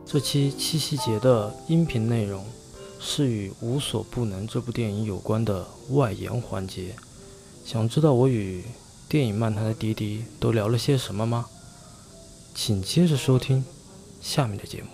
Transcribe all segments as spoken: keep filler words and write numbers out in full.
这期七夕节的音频内容是与《无所不能》这部电影有关的外延环节。想知道我与电影漫谈的迪迪都聊了些什么吗？请接着收听下面的节目。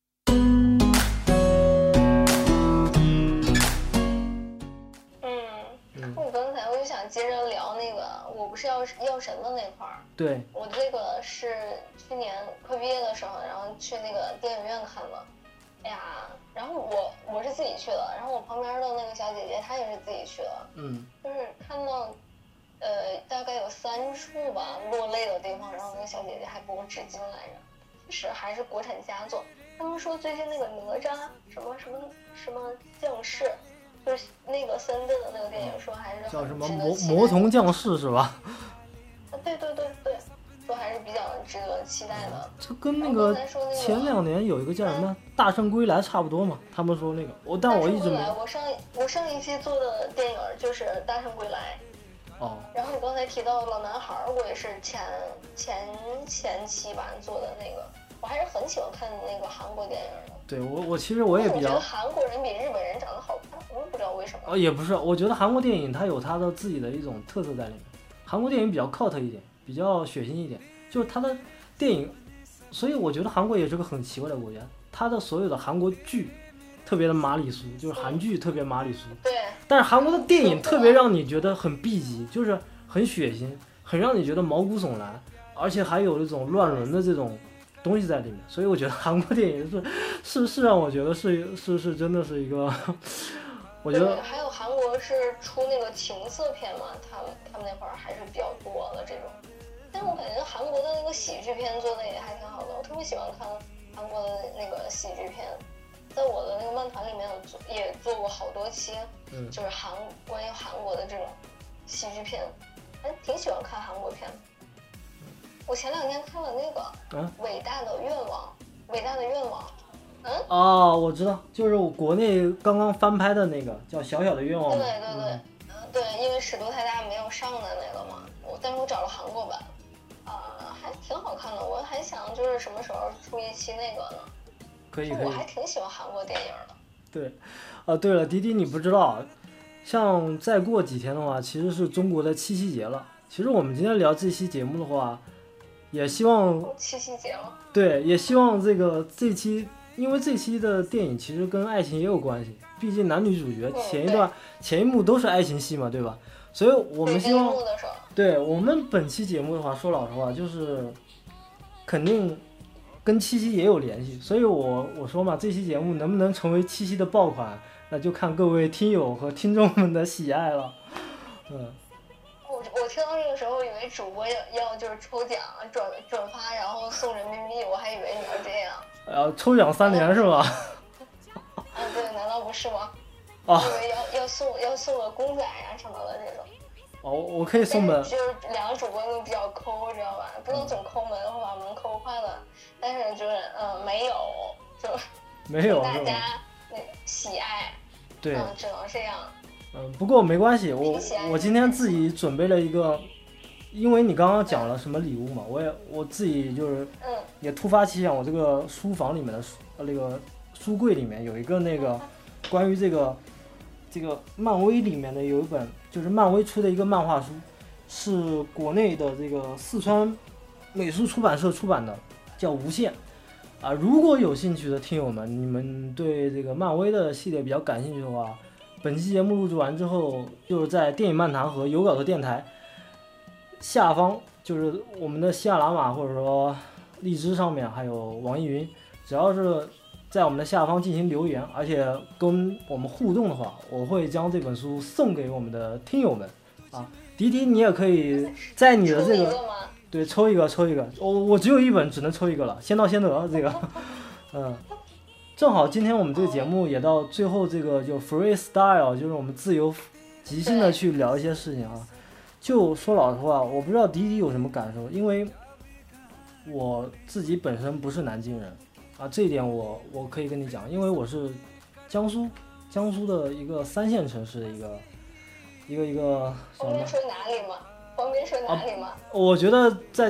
嗯，我刚才我就想接着聊那个，我不是药药神的那块儿。 对， 我这个是去年快毕业的时候，然后去那个电影院看的。哎呀，然后我我是自己去的，然后我旁边的那个小姐姐她也是自己去的。 嗯， 就是看到，呃，大概有三处吧落泪的地方，然后那个小姐姐还给我纸巾来着。其实还是国产佳作。他们说最近那个哪吒什么什么什么降世。就是那个三 D 的那个电影，说还是叫什么魔魔童降世是吧？ 啊，对对对对，说还是比较值得期待的。 这跟那个前两年有一个叫什么《大圣归来》差不多嘛。他们说那个，我但我一直没。 我上我上一期做的电影就是《大圣归来》。 哦。 然后你刚才提到老男孩，我也是前前前期吧做的那个。我还是很喜欢看那个韩国电影的。 对我，我其实我也比较。 我觉得韩国人比日本人长得好看，我也不知道为什么。 哦，也不是，我觉得韩国电影它有它的自己的一种特色在里面。韩国电影比较 cut 一点，比较血腥一点，就是它的电影，所以我觉得韩国也是个很奇怪的国家。它的所有的韩国剧特别的玛丽苏，就是韩剧特别玛丽苏。 对。 但是韩国的电影特别让你觉得很 B 级，就是很血腥，很让你觉得毛骨悚然，而且还有那种乱伦的这种东西在里面，所以我觉得韩国电影是是是让我觉得是是是真的是一个，我觉得还有韩国是出那个情色片嘛，他们他们那块儿还是比较多的这种，但是我感觉韩国的那个喜剧片做的也还挺好的，我特别喜欢看韩国的那个喜剧片，在我的那个漫团里面有做也做过好多期，嗯，就是韩关于韩国的这种喜剧片，还挺喜欢看韩国片。我前两天看了那个《伟大的愿望》，伟大的愿望，嗯， 哦，我知道，就是我国内刚刚翻拍的那个叫《小小的愿望》。 对对对，嗯、呃，对，因为尺度太大没有上的那个嘛，我但是我找了韩国版，啊、呃，还挺好看的。我还想就是什么时候出一期那个呢？ 可以可以。 我还挺喜欢韩国电影的。 对，啊，对了，迪迪，你不知道，像再过几天的话，其实是中国的七夕节了。其实我们今天聊这期节目的话。也希望七夕节了， 对，也希望这个这期，因为这期的电影其实跟爱情也有关系，毕竟男女主角前一段、嗯、前一幕都是爱情戏嘛，对吧？所以我们希望，对我们本期节目的话，说老实话，就是肯定跟七夕也有联系，所以我我说嘛，这期节目能不能成为七夕的爆款，那就看各位听友和听众们的喜爱了，嗯。 我我听到这个时候，以为主播要要就是抽奖转转发，然后送人民币，我还以为你要这样。 呃，抽奖三连是吧？ 啊，对，难道不是吗？ 啊， 以为要要送要送个公仔呀、啊、什么的这种。 哦，我可以送本。 就是两个主播都比较抠，知道吧？不能总抠门，会把门抠坏了。但是就是嗯，没有，就没有大家那个喜爱。 对。 嗯，只能这样。 嗯，不过没关系，我我今天自己准备了一个，因为你刚刚讲了什么礼物嘛，我也我自己就是也突发奇想，我这个书房里面的书呃那个书柜里面有一个那个关于这个这个漫威里面的有一本就是漫威出的一个漫画书，是国内的这个四川美术出版社出版的，叫《无限》啊。如果有兴趣的听友们，你们对这个漫威的系列比较感兴趣的话。本期节目录制完之后，就是在电影漫谈和有稿的电台下方，就是我们的喜马拉雅或者说荔枝上面，还有网易云，只要是在我们的下方进行留言，而且跟我们互动的话，我会将这本书送给我们的听友们啊。迪迪，你也可以在你的这个对抽一个抽一个，我我只有一本，只能抽一个了，先到先得这个，嗯。正好今天我们这个节目也到最后，这个就 freestyle， 就是我们自由即兴的去聊一些事情啊。就说老实话，我不知道迪迪有什么感受，因为我自己本身不是南京人啊，这一点我我可以跟你讲，因为我是江苏江苏的一个三线城市的一个一个一个。 方便说哪里吗？方便说哪里吗？ 啊、我觉得在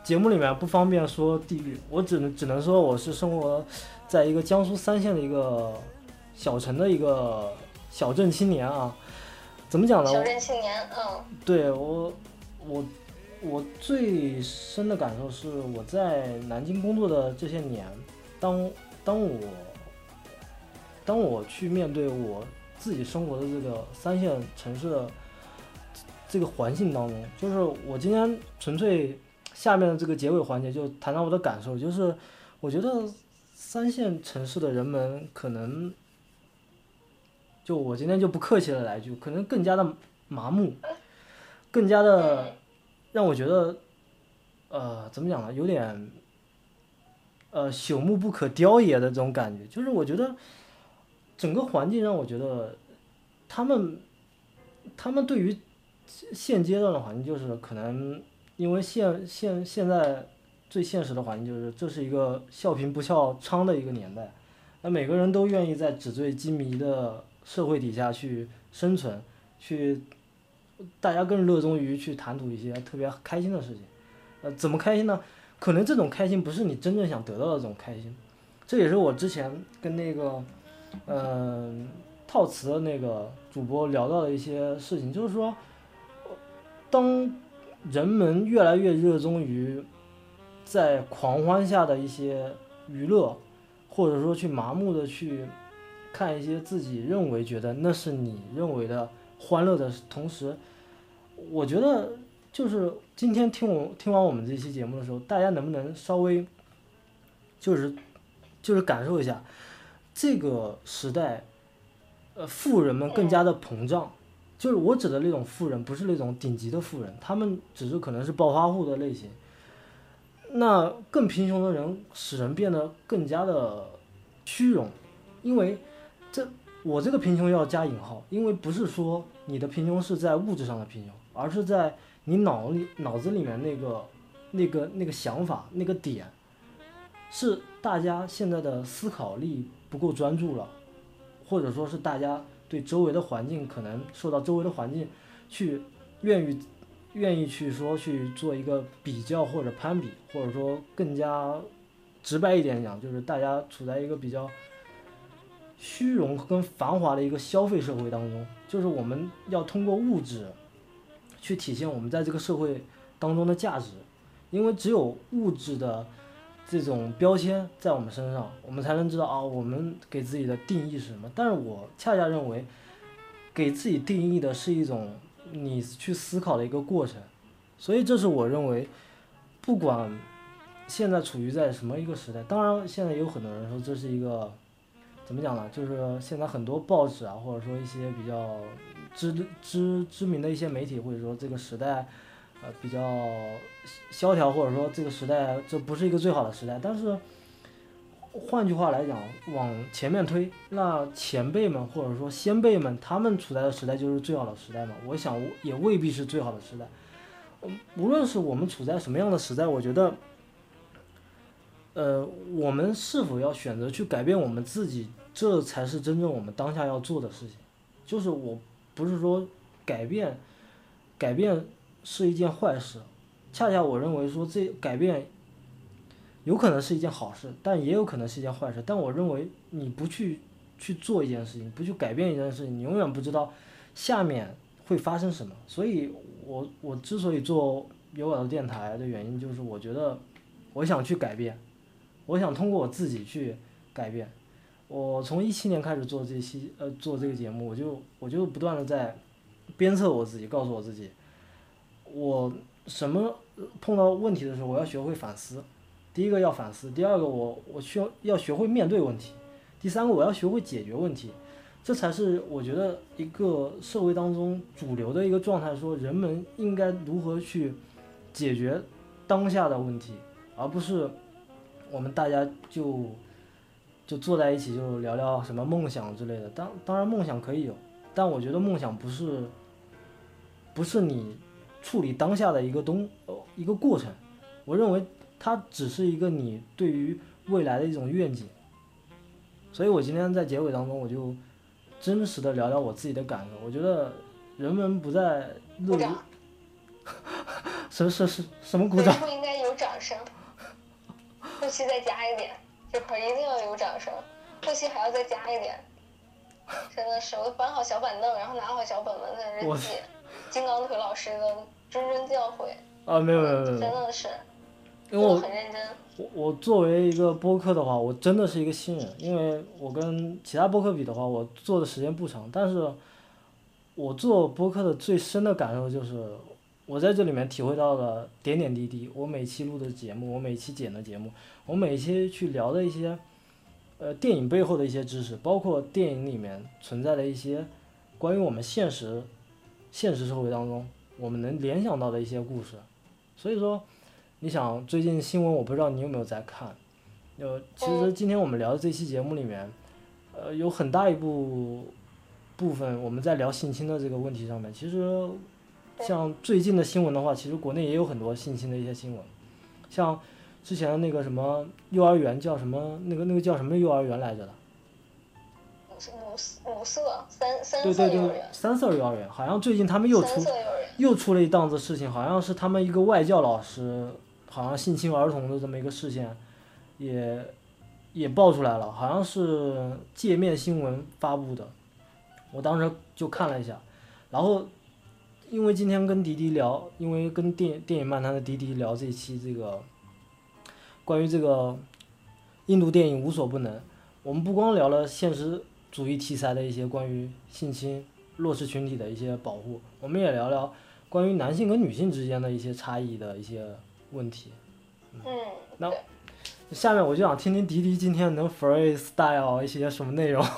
节目里面不方便说地域，我只能只能说我是生活在一个江苏三县的一个小城的一个小镇青年啊。怎么讲呢？ 小镇青年，嗯， 对我，我，我最深的感受是我在南京工作的这些年，当当我当我去面对我自己生活的这个三线城市的这个环境当中，就是我今天纯粹下面的这个结尾环节就谈谈我的感受，就是我觉得三线城市的人们可能。就我今天就不客气的来一句，可能更加的麻木，更加的让我觉得，呃，怎么讲呢，有点，呃，朽木不可雕也的这种感觉。就是我觉得整个环境让我觉得，他们，他们对于现阶段的环境，就是可能因为现现现在最现实的环境就是这是一个笑贫不笑娼的一个年代，那每个人都愿意在纸醉金迷的社会底下去生存，去大家更热衷于去谈吐一些特别开心的事情。呃，怎么开心呢？可能这种开心不是你真正想得到的这种开心。这也是我之前跟那个嗯、呃、套词的那个主播聊到的一些事情，就是说，当人们越来越热衷于在狂欢下的一些娱乐，或者说去麻木的去看一些自己认为觉得那是你认为的欢乐的同时，我觉得就是今天听我听完我们这期节目的时候，大家能不能稍微就是就是感受一下这个时代，呃，富人们更加的膨胀。就是我指的那种富人，不是那种顶级的富人，他们只是可能是暴发户的类型。那更贫穷的人使人变得更加的虚荣，因为这我这个贫穷要加引号，因为不是说你的贫穷是在物质上的贫穷，而是在你脑里脑子里面那个那个那个想法那个点，是大家现在的思考力不够专注了，或者说是大家对周围的环境可能受到周围的环境去愿意愿意去说去做一个比较或者攀比，或者说更加直白一点讲，就是大家处在一个比较虚荣跟繁华的一个消费社会当中，就是我们要通过物质去体现我们在这个社会当中的价值，因为只有物质的这种标签在我们身上，我们才能知道啊，我们给自己的定义是什么。但是我恰恰认为，给自己定义的是一种你去思考的一个过程，所以这是我认为，不管现在处于在什么一个时代，当然现在也有很多人说这是一个怎么讲呢？就是现在很多报纸啊，或者说一些比较知知知名的一些媒体，或者说这个时代。呃，比较萧条，或者说这个时代这不是一个最好的时代，但是换句话来讲，往前面推，那前辈们或者说先辈们他们处在的时代就是最好的时代嘛？我想也未必是最好的时代。无论是我们处在什么样的时代，我觉得，呃，我们是否要选择去改变我们自己，这才是真正我们当下要做的事情。就是我不是说改变，改变。是一件坏事，恰恰我认为说这改变有可能是一件好事，但也有可能是一件坏事。但我认为你不去去做一件事情，不去改变一件事情，你永远不知道下面会发生什么。所以我我之所以做有我的电台的原因，就是我觉得我想去改变，我想通过我自己去改变。我从一七年开始做这期呃做这个节目，我就我就不断的在鞭策我自己，告诉我自己。我什么碰到问题的时候，我要学会反思。第一个要反思，第二个我我需要要学会面对问题，第三个我要学会解决问题，这才是我觉得一个社会当中主流的一个状态，说人们应该如何去解决当下的问题，而不是我们大家就就坐在一起就聊聊什么梦想之类的。当当然梦想可以有，但我觉得梦想不是不是你处理当下的一个东呃一个过程，我认为它只是一个你对于未来的一种愿景。所以我今天在结尾当中，我就真实的聊聊我自己的感受。我觉得人们不在乐于什么什什什么鼓掌？ 不应该有掌声，后期再加一点，这块一定要有掌声，后期还要再加一点。真的是，我搬好小板凳，然后拿好小本本在这记金刚腿老师的谆谆教诲。 啊，没有没有没有， 真的是， 因为我很认真。 我我作为一个播客的话，我真的是一个新人，因为我跟其他播客比的话，我做的时间不长，但是我做播客的最深的感受就是，我在这里面体会到了点点滴滴。我每期录的节目，我每期剪的节目，我每期去聊的一些，呃，电影背后的一些知识，包括电影里面存在的一些关于我们现实现实社会当中我们能联想到的一些故事。所以说，你想最近新闻，我不知道你有没有在看。呃，其实今天我们聊的这期节目里面，呃，有很大一部部分我们在聊性侵的这个问题上面。其实，像最近的新闻的话，其实国内也有很多性侵的一些新闻，像之前那个什么幼儿园叫什么那个那个叫什么幼儿园来着的？ 五五色三三对对对，三色幼儿园，好像最近他们又出又出了一档子事情，好像是他们一个外教老师好像性侵儿童的这么一个事件，也也爆出来了，好像是界面新闻发布的，我当时就看了一下，然后因为今天跟迪迪聊，因为跟电电影漫谈的迪迪聊这一期这个关于这个印度电影无所不能，我们不光聊了现实主义题材的一些关于性侵弱势群体的一些保护，我们也聊聊关于男性跟女性之间的一些差异的一些问题。 嗯， 那下面我就想听听迪迪今天能 freestyle 一些什么内容。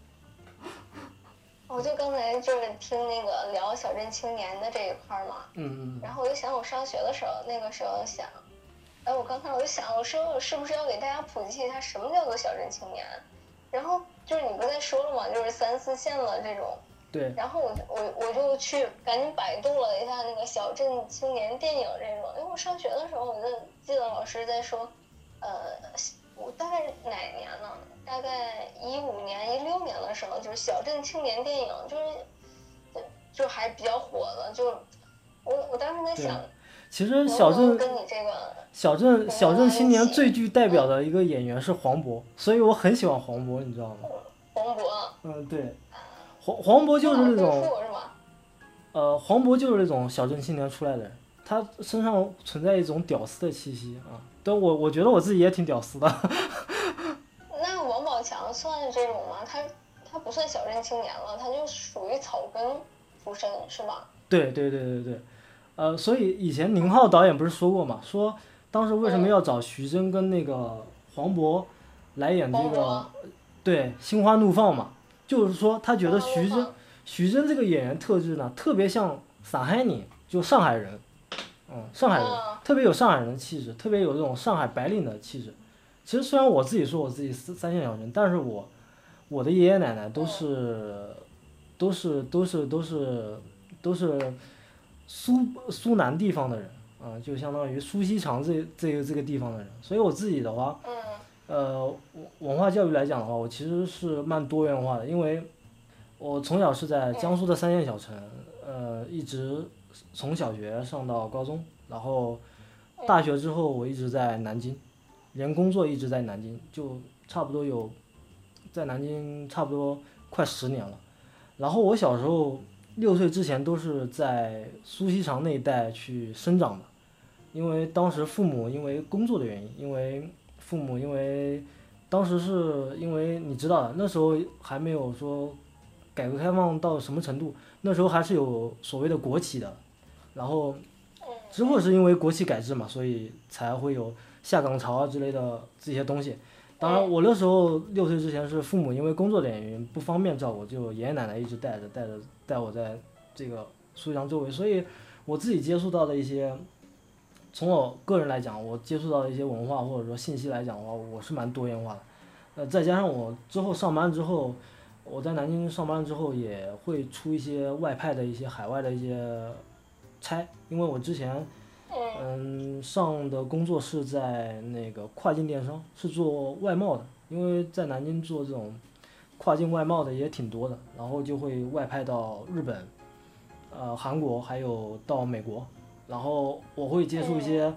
我就刚才就是听那个聊小镇青年的这一块嘛， 嗯嗯， 然后我就想我上学的时候，那个时候想，哎，我刚才我就想，我说我是不是要给大家普及一下什么叫做小镇青年？然后就是你不是说了嘛，就是三四线了这种。 对。 然后我我我就去赶紧百度了一下那个小镇青年电影这种，因为我上学的时候我就记得老师在说，呃，我大概哪年呢？大概一五年、一六年的时候，就是小镇青年电影，就是就就还比较火的，就我我当时在想。 其实小镇跟你这个小镇小镇青年最具代表的一个演员是黄渤，所以我很喜欢黄渤，你知道吗？ 黄渤。 嗯，对，黄黄渤就是那种，呃，黄渤就是那种小镇青年出来的人，他身上存在一种屌丝的气息啊。但我我觉得我自己也挺屌丝的。 那王宝强算这种吗？他他不算小镇青年了，他就属于草根出身，是吧？ 对对对对对。呃，所以以前宁浩导演不是说过嘛，说当时为什么要找徐峥跟那个黄渤来演这个，对《心花怒放》嘛，就是说他觉得徐峥徐峥这个演员特质呢，特别像上海人，就上海人，嗯，上海人特别有上海人的气质，特别有这种上海白领的气质。其实虽然我自己说我自己是三线小镇，但是我我的爷爷奶奶都是都是都是都是都是。苏苏南地方的人啊、呃，就相当于苏锡常这这个这个地方的人，所以我自己的话，呃，文化教育来讲的话，我其实是蛮多元化的，因为我从小是在江苏的三线小城，呃，一直从小学上到高中，然后大学之后我一直在南京，连工作一直在南京，就差不多有在南京差不多快十年了，然后我小时候。六岁之前都是在苏锡常那一带去生长的，因为当时父母因为工作的原因，因为父母因为当时是因为你知道的，那时候还没有说改革开放到什么程度，那时候还是有所谓的国企的，然后之后是因为国企改制嘛，所以才会有下岗潮啊之类的这些东西。当然，我那时候六岁之前是父母因为工作的原因不方便照顾，就爷爷奶奶一直带着带着带我在这个苏锡常周围，所以我自己接触到的一些，从我个人来讲，我接触到的一些文化或者说信息来讲的话，我是蛮多元化的。呃，再加上我之后上班之后，我在南京上班之后也会出一些外派的一些海外的一些差，因为我之前。嗯，上的工作是在那个跨境电商，是做外贸的。因为在南京做这种跨境外贸的也挺多的，然后就会外派到日本、呃韩国，还有到美国。然后我会接触一些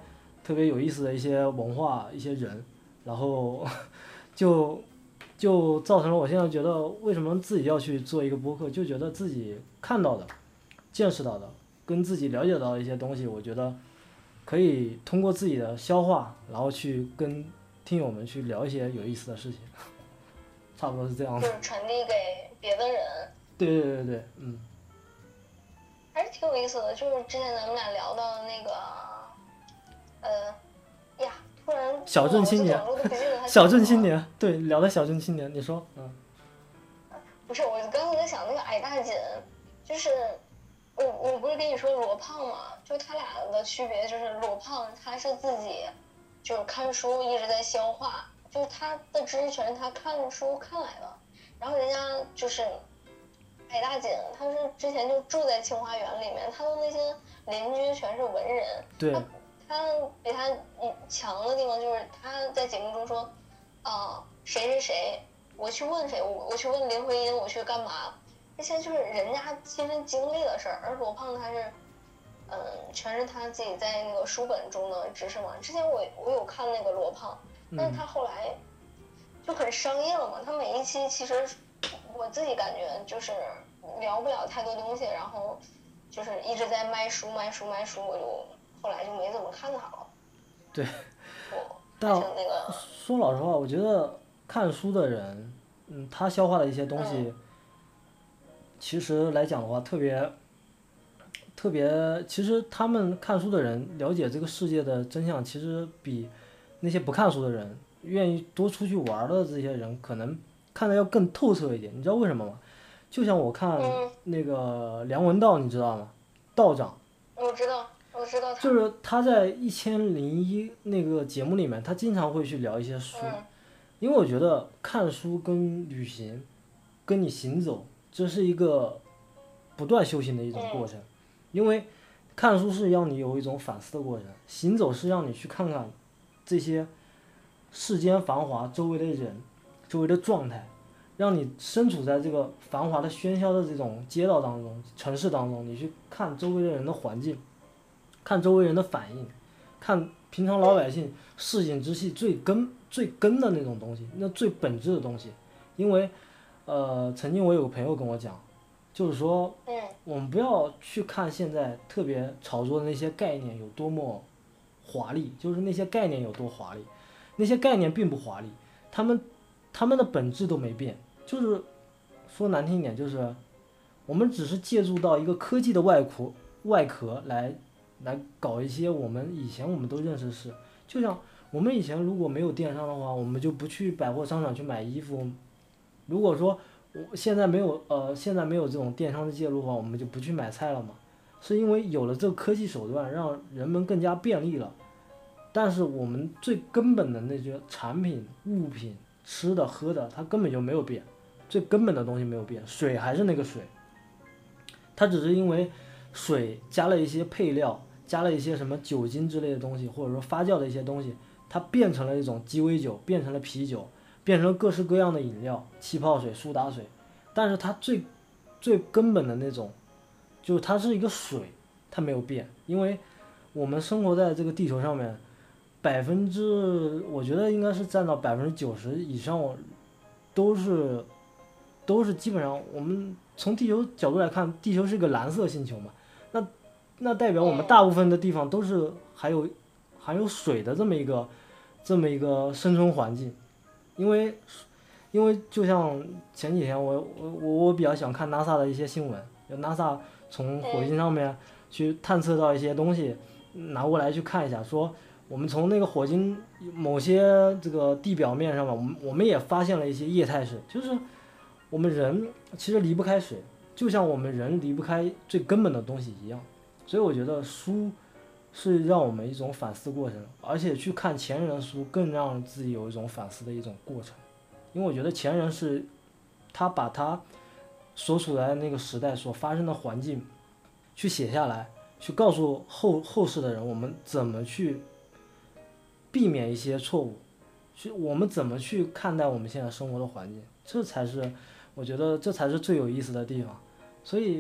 特别有意思的一些文化、一些人，然后就就造成了我现在觉得为什么自己要去做一个播客，就觉得自己看到的、见识到的，跟自己了解到的一些东西，我觉得可以通过自己的消化，然后去跟听友们去聊一些有意思的事情，差不多是这样的。 就是传递给别的人。 对对对对，嗯。 还是挺有意思的，就是之前咱们俩聊到那个，呃，呀，突然小镇青年，小镇青年，对，聊的小镇青年，你说，嗯。 不是，我刚才在想那个矮大紧，就是我我不是跟你说罗胖嘛，就他俩的区别就是罗胖他是自己就是看书一直在消化，就是他的知识全是他看书看来的，然后人家就是。矮大紧，他是之前就住在清华园里面，他的那些邻居全是文人。 对。 他他比他强的地方就是他在节目中说，啊、呃，谁谁谁，我去问谁，我我去问林徽因，我去干嘛？这些就是人家亲身经历的事儿，而罗胖他是，嗯、呃，全是他自己在那个书本中的知识嘛。之前我我有看那个罗胖，但是他后来就很商业了嘛，他每一期其实。我自己感觉就是聊不了太多东西，然后就是一直在卖书卖书卖书，我就后来就没怎么看他了。 对。 但那个说老实话，我觉得看书的人，嗯，他消化的一些东西，嗯、其实来讲的话，特别特别，其实他们看书的人了解这个世界的真相，其实比那些不看书的人愿意多出去玩的这些人可能。看的要更透彻一点，你知道为什么吗？就像我看那个梁文道，你知道吗？道长。 我知道，我知道他。 就是他在《一千零一》那个节目里面，他经常会去聊一些书， 嗯、 因为我觉得看书跟旅行，跟你行走，这是一个不断修行的一种过程。 嗯、 因为看书是让你有一种反思的过程，行走是让你去看看这些世间繁华周围的人。周围的状态，让你身处在这个繁华的喧嚣的这种街道当中、城市当中，你去看周围的人的环境，看周围人的反应，看平常老百姓市井之气最根、最根的那种东西，那最本质的东西。因为，呃，曾经我有个朋友跟我讲，就是说，我们不要去看现在特别炒作的那些概念有多么华丽，就是那些概念有多华丽，那些概念并不华丽，他们。他们的本质都没变，就是说难听一点，就是我们只是借助到一个科技的外壳外壳来来搞一些我们以前我们都认识的事。就像我们以前如果没有电商的话，我们就不去百货商场去买衣服。如果说我现在没有呃现在没有这种电商的介入的话，我们就不去买菜了嘛。是因为有了这个科技手段，让人们更加便利了。但是我们最根本的那些产品物品。吃的喝的它根本就没有变，最根本的东西没有变，水还是那个水，它只是因为水加了一些配料，加了一些什么酒精之类的东西，或者说发酵的一些东西，它变成了一种鸡尾酒，变成了啤酒，变成了各式各样的饮料，气泡水、苏打水，但是它最最根本的那种，就是它是一个水，它没有变，因为我们生活在这个地球上面。百分之，我觉得应该是占到百分之九十以上，都是，都是基本上我们从地球角度来看，地球是个蓝色星球嘛，那那代表我们大部分的地方都是还有含有水的这么一个这么一个生存环境，因为因为就像前几天我我我我比较喜欢看 NASA 的一些新闻，就 NASA 从火星上面去探测到一些东西，拿过来去看一下，说。我们从那个火星某些这个地表面上面，我们我们也发现了一些液态水，就是我们人其实离不开水，就像我们人离不开最根本的东西一样。所以我觉得书是让我们一种反思过程，而且去看前人的书更让自己有一种反思的一种过程，因为我觉得前人是他把他所处在那个时代所发生的环境去写下来，去告诉后后世的人我们怎么去。避免一些错误，去我们怎么去看待我们现在生活的环境，这才是我觉得这才是最有意思的地方。所以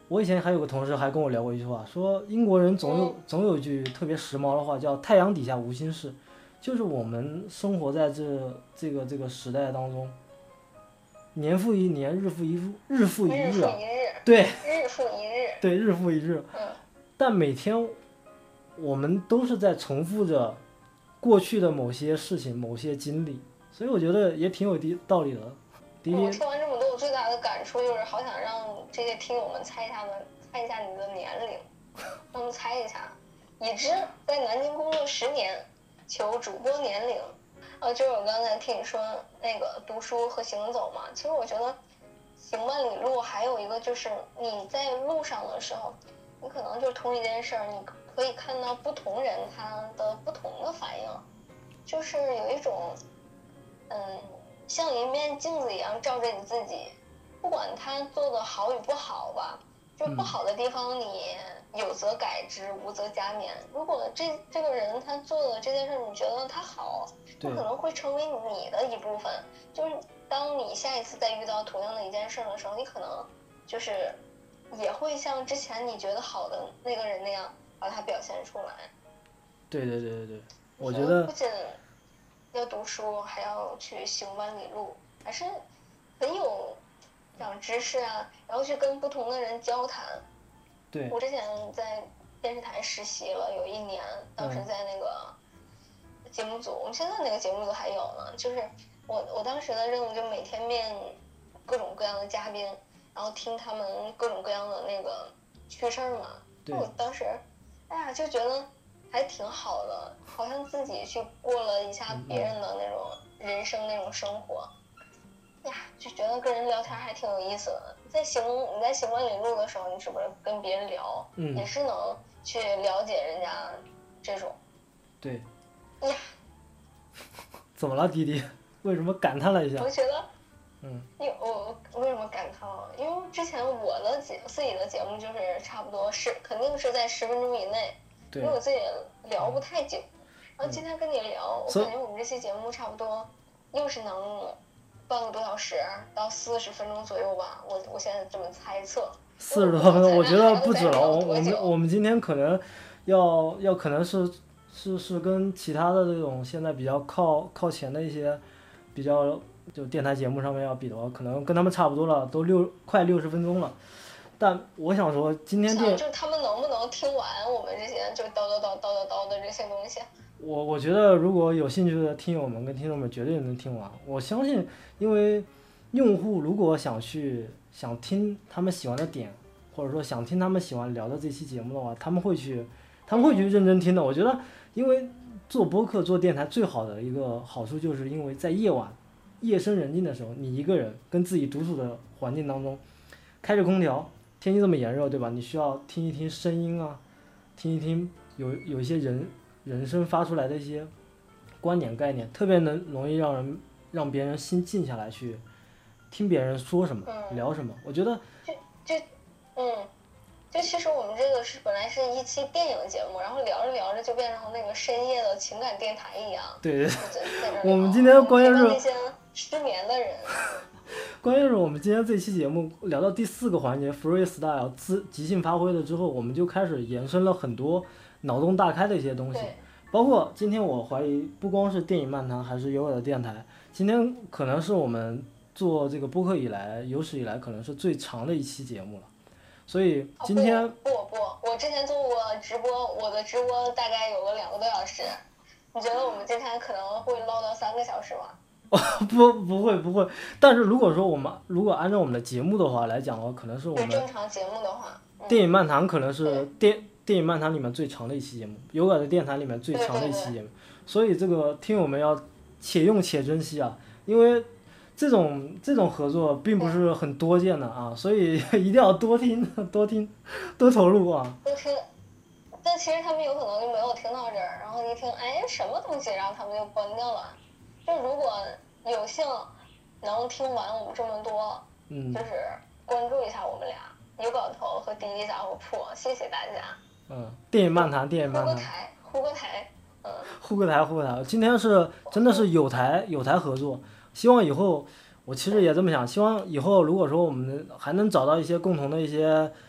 我以前还有个同事还跟我聊过一句话，说英国人总有、 嗯、 总有一句特别时髦的话，叫太阳底下无心事，就是我们生活在这这个这个时代当中，年复一年，日复一日，日复一日啊，对， 日复一日， 对，日复一日， 嗯， 但每天我们都是在重复着过去的某些事情、某些经历，所以我觉得也挺有道理的。 我听完这么多，我最大的感触就是好想让这些听友们猜一下的，猜一下你的年龄，让他们猜一下。已知在南京工作十年，求主播年龄。呃，就是我刚才听你说那个读书和行走嘛，其实我觉得行万里路还有一个就是你在路上的时候，你可能就是同一件事儿，你可以看到不同人他的不同的反应，就是有一种嗯。像一面镜子一样照着你自己，不管他做的好与不好吧，就不好的地方你有则改之，无则加勉。如果这这个人他做的这件事你觉得他好，他可能会成为你的一部分。就是当你下一次再遇到同样的一件事的时候，你可能就是也会像之前你觉得好的那个人那样把它表现出来。 对对对对对，我觉得不仅要读书，还要去行万里路，还是很有长知识啊，然后去跟不同的人交谈。 对， 我之前在电视台实习了有一年，当时在那个节目组，嗯、我们现在那个节目组还有呢。就是我我当时的任务就每天面各种各样的嘉宾，然后听他们各种各样的那个趣事儿嘛。我当时，哎呀，就觉得还挺好的，好像自己去过了一下别人的那种人生那种生活，呀，就觉得跟人聊天还挺有意思的。在行你在行万里路的时候，你是不是跟别人聊， 嗯， 也是能去了解人家这种。 对。 呀， 怎么了，弟弟？为什么感叹了一下？ 我觉得， 嗯， 因为我为什么感叹了？因为之前我的节自己的节目就是差不多是肯定是在十分钟以内。因为我自己聊不太久，然后今天跟你聊，我感觉我们这期节目差不多又是能半个多小时到四十分钟左右吧，我我现在这么猜测。 四十多分钟，我觉得不止了。我我们我们今天可能要要可能是是是跟其他的这种现在比较靠靠前的一些比较就电台节目上面要比的话，可能跟他们差不多了，都六快六十分钟了。但我想说，今天电就他们能不能听完我们这些就叨叨叨叨叨叨的这些东西？ 我我觉得如果有兴趣的听友们跟听众们绝对能听完。我相信，因为用户如果想去想听他们喜欢的点，或者说想听他们喜欢聊的这期节目的话，他们会去他们会去认真听的。我觉得，因为做播客做电台最好的一个好处，就是因为在夜晚夜深人静的时候，你一个人跟自己独处的环境当中，开着空调。天气这么炎热，对吧？你需要听一听声音啊，听一听有有一些人人声发出来的一些观点概念，特别能容易让人让别人心静下来去听别人说什么、 嗯、 聊什么。我觉得就就嗯，就其实我们这个是本来是一期电影节目，然后聊着聊着就变成那个深夜的情感电台一样。 对对对， 我们今天关键是那些失眠的人。 关键是我们今天这期节目聊到第四个环节 freestyle 自即兴发挥了之后，我们就开始延伸了很多脑洞大开的一些东西，包括今天我怀疑不光是电影漫谈还是有我的电台，今天可能是我们做这个播客以来有史以来可能是最长的一期节目了。所以今天、 哦、不不不，我之前做过直播，我的直播大概有个两个多小时，你觉得我们今天可能会唠到三个小时吗？ 哦、不不会不会，但是如果说我们如果按照我们的节目的话来讲的话，可能是我们正常节目的话， 嗯、电影漫谈可能是电电影漫谈里面最长的一期节目，有我的电台里面最长的一期节目，所以这个听友们要且用且珍惜啊，因为这种这种合作并不是很多见的啊，所以一定要多听多听多投入啊。 多听，但其实他们有可能就没有听到这儿，然后一听哎什么东西，然后他们就关掉了。就如果有幸能听完我们这么多， 嗯， 就是关注一下我们俩有搞头和滴滴杂货铺，谢谢大家。 嗯，电影漫谈，电影漫谈， 呼个台，呼个台，嗯， 呼个台，呼个台。今天是真的是有台有台合作，希望以后我其实也这么想，希望以后如果说我们还能找到一些共同的一些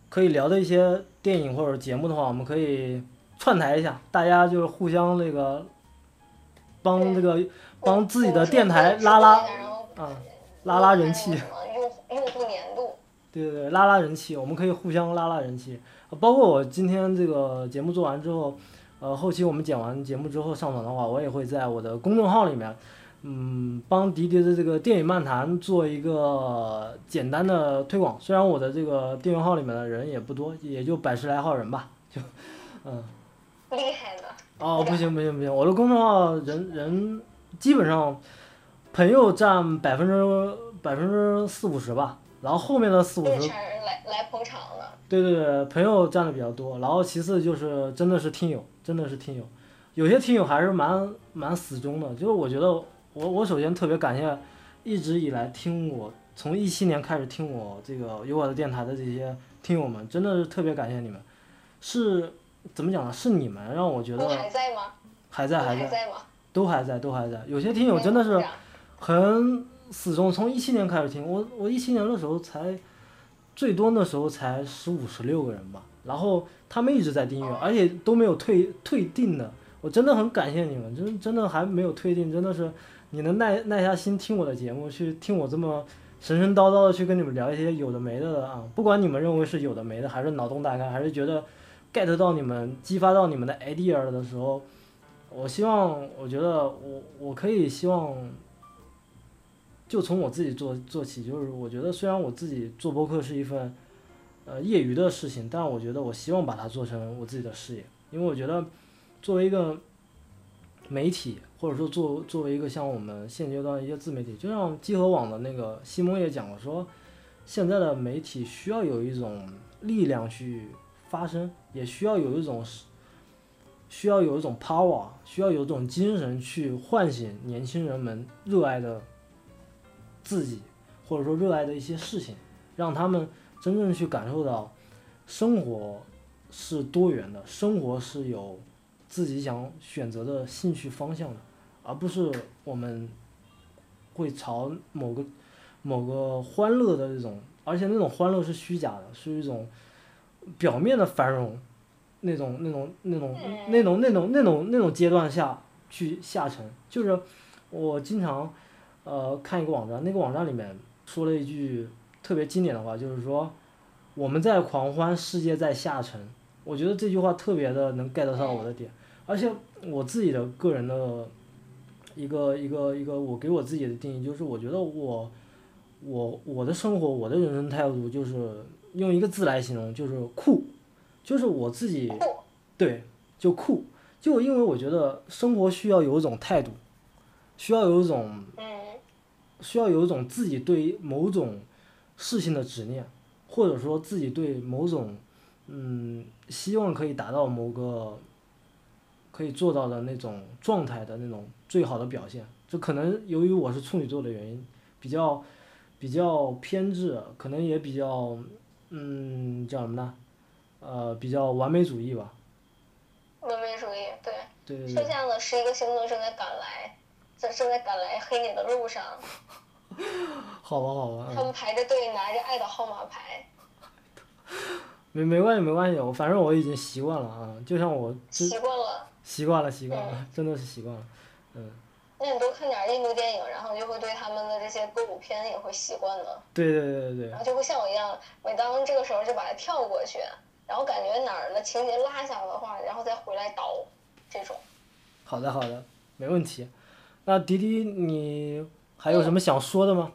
可以聊的一些电影或者节目的话，我们可以串台一下，大家就是互相那个帮这个帮自己的电台拉拉啊拉拉人气， 用用户粘度。 对对对，拉拉人气，我们可以互相拉拉人气。包括我今天这个节目做完之后，呃，后期我们剪完节目之后上传的话，我也会在我的公众号里面，嗯，帮迪迪的这个电影漫谈做一个简单的推广。虽然我的这个订阅号里面的人也不多，也就百十来号人吧，就，嗯。 厉害的。 哦，不行不行不行，我的公众号人人基本上朋友占百分之百分之四五十吧。然后后面的四五十， 来来捧场的。 对对对，朋友占的比较多，然后其次就是真的是听友，真的是听友，有些听友还是蛮蛮死忠的。就是我觉得我我首先特别感谢一直以来听我从一七年开始听我这个有我的电台的这些听友们，真的是特别感谢你们。是怎么讲呢？是你们让我觉得还在吗？ 还在还在， 都还在都还在。有些听友真的是很死忠，从一七年开始听我，我一七年的时候才最多的时候才十五十六个人吧，然后他们一直在订阅，而且都没有退退订的，我真的很感谢你们，真真的还没有退订，真的是你能耐耐下心听我的节目，去听我这么神神叨叨的去跟你们聊一些有的没的啊，不管你们认为是有的没的，还是脑洞大开，还是觉得 get 到你们激发到你们的 idea 的时候，我希望我觉得我我可以希望。就从我自己做做起，就是我觉得虽然我自己做播客是一份，呃业余的事情，但我觉得我希望把它做成我自己的事业，因为我觉得，作为一个媒体，或者说作作为一个像我们现阶段一些自媒体，就像集合网的那个西蒙也讲了说，现在的媒体需要有一种力量去发声，也需要有一种，需要有一种 power， 需要有一种精神去唤醒年轻人们热爱的。自己或者说热爱的一些事情，让他们真正去感受到生活是多元的，生活是有自己想选择的兴趣方向的，而不是我们会朝某个某个欢乐的这种，而且那种欢乐是虚假的，是一种表面的繁荣，那种那种那种那种那种那种那种阶段下去下沉。就是我经常呃，看一个网站，那个网站里面说了一句特别经典的话，就是说我们在狂欢，世界在下沉。我觉得这句话特别的能 get 到我的点，而且我自己的个人的一个一个一个，我给我自己的定义就是，我觉得我我我的生活，我的人生态度就是用一个字来形容，就是酷，就是我自己，对，就酷，就因为我觉得生活需要有一种态度，需要有一种。需要有一种自己对某种事情的执念，或者说自己对某种嗯希望可以达到某个可以做到的那种状态的那种最好的表现。这可能由于我是处女座的原因，比较比较偏执，可能也比较嗯叫什么呢？呃，比较完美主义吧。 完美主义，对。 对对对。 剩下的十一个星座正在赶来。在正在赶来黑你的路上， 好吧好吧， 他们排着队拿着爱的号码牌。 没没关系没关系，我反正我已经习惯了啊，就像我习惯了， 习惯了习惯了，嗯、真的是习惯了，嗯。 那你多看点印度电影，然后就会对他们的这些歌舞片也会习惯的。 对对对对对。 然后就会像我一样，每当这个时候就把它跳过去，然后感觉哪儿的情节落下的话，然后再回来倒，这种。 好的好的，没问题。那迪迪，你还有什么想说的吗？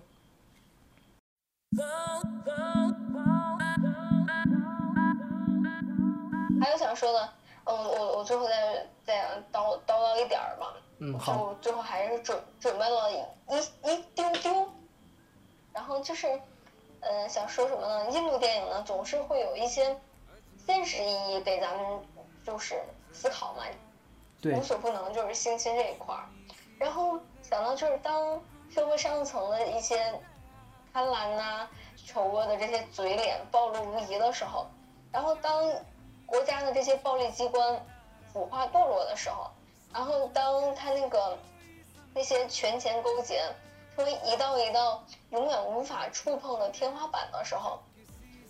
还有想说的，嗯，我我最后再再叨叨叨一点儿吧。 嗯，好。 我最后还是准准备了一一丢丢，然后就是，嗯，想说什么呢？印度电影呢，总是会有一些现实意义给咱们就是思考嘛。 对。 无所不能就是性侵这一块儿。然后想到就是当社会上层的一些贪婪呐、丑恶的这些嘴脸暴露无遗的时候，然后当国家的这些暴力机关腐化堕落的时候，然后当他那个那些权钱勾结成为一道一道永远无法触碰的天花板的时候，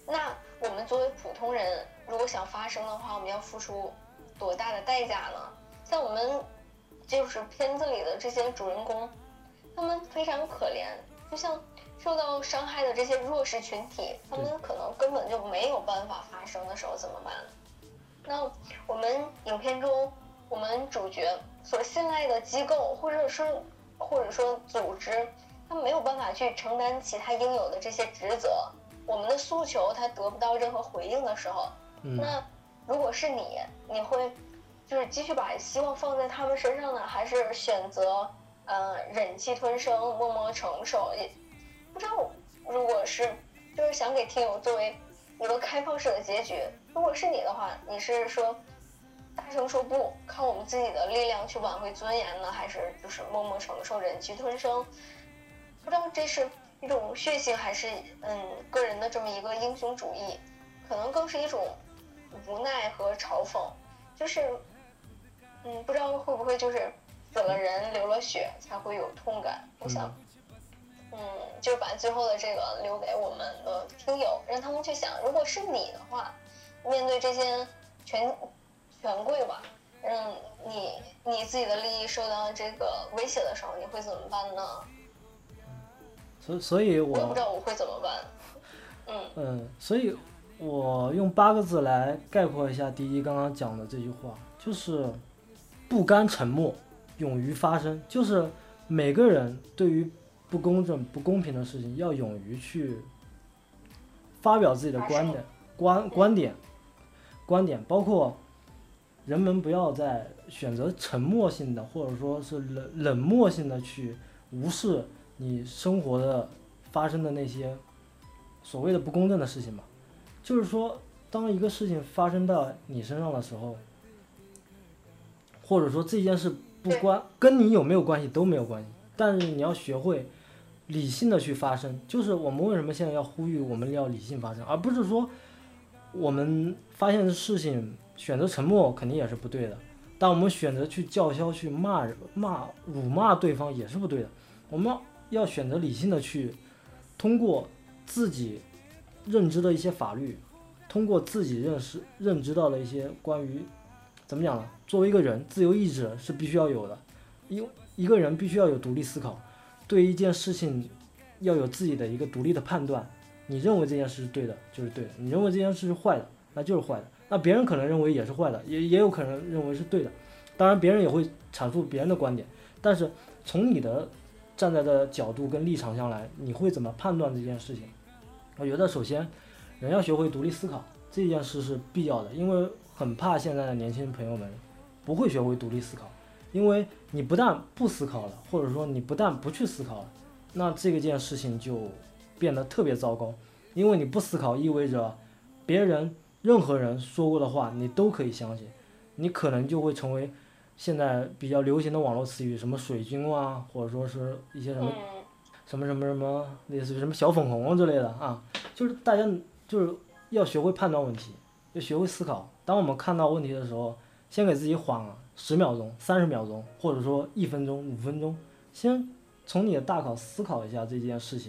那我们作为普通人，如果想发声的话，我们要付出多大的代价呢？像我们就是片子里的这些主人公，他们非常可怜，就像受到伤害的这些弱势群体，他们可能根本就没有办法发声的时候怎么办？那我们影片中，我们主角所信赖的机构，或者说或者说组织，他没有办法去承担起他应有的这些职责，我们的诉求他得不到任何回应的时候， 嗯、 那如果是你，你会就是继续把希望放在他们身上呢，还是选择呃忍气吞声，默默承受？也不知道，如果是就是想给听友作为一个开放式的结局，如果是你的话，你是说大声说不，靠我们自己的力量去挽回尊严呢，还是就是默默承受，忍气吞声？不知道这是一种血性，还是嗯个人的这么一个英雄主义，可能更是一种无奈和嘲讽，就是嗯不知道会不会就是死了人流了血才会有痛感。我想嗯就把最后的这个留给我们的听友，让他们去想，如果是你的话，面对这些权权贵吧，嗯你你自己的利益受到这个威胁的时候，你会怎么办呢？ 所所以我， 我也不知道我会怎么办。嗯嗯，所以我用八个字来概括一下第一刚刚讲的这句话，就是不甘沉默，勇于发声。就是每个人对于不公正、不公平的事情，要勇于去发表自己的观点、观观点、观点，包括人们不要再选择沉默性的，或者说是冷冷漠性的去无视你生活的发生的那些所谓的不公正的事情吧。就是说，当一个事情发生到你身上的时候，或者说这件事不关跟你有没有关系都没有关系，但是你要学会理性的去发声。就是我们为什么现在要呼吁我们要理性发声，而不是说我们发现的事情选择沉默肯定也是不对的，但我们选择去叫嚣、去骂人、骂辱骂对方也是不对的。我们要选择理性的去通过自己认知的一些法律，通过自己认识认知到的一些关于怎么讲呢？作为一个人，自由意志是必须要有的，一一个人必须要有独立思考，对一件事情要有自己的一个独立的判断。你认为这件事是对的，就是对的；你认为这件事是坏的，那就是坏的。那别人可能认为也是坏的，也也有可能认为是对的。当然，别人也会阐述别人的观点，但是从你的站在的角度跟立场上来，你会怎么判断这件事情？我觉得首先人要学会独立思考，这件事是必要的，因为很怕现在的年轻朋友们不会学会独立思考，因为你不但不思考了，或者说你不但不去思考了，那这个件事情就变得特别糟糕。因为你不思考意味着别人任何人说过的话你都可以相信，你可能就会成为现在比较流行的网络词语，什么水军啊，或者说是一些什么什么什么什么类似于什么小粉红之类的啊，就是大家就是要学会判断问题，要学会思考。当我们看到问题的时候，先给自己缓十秒钟、三十秒钟，或者说一分钟、五分钟，先从你的大脑思考一下这件事情，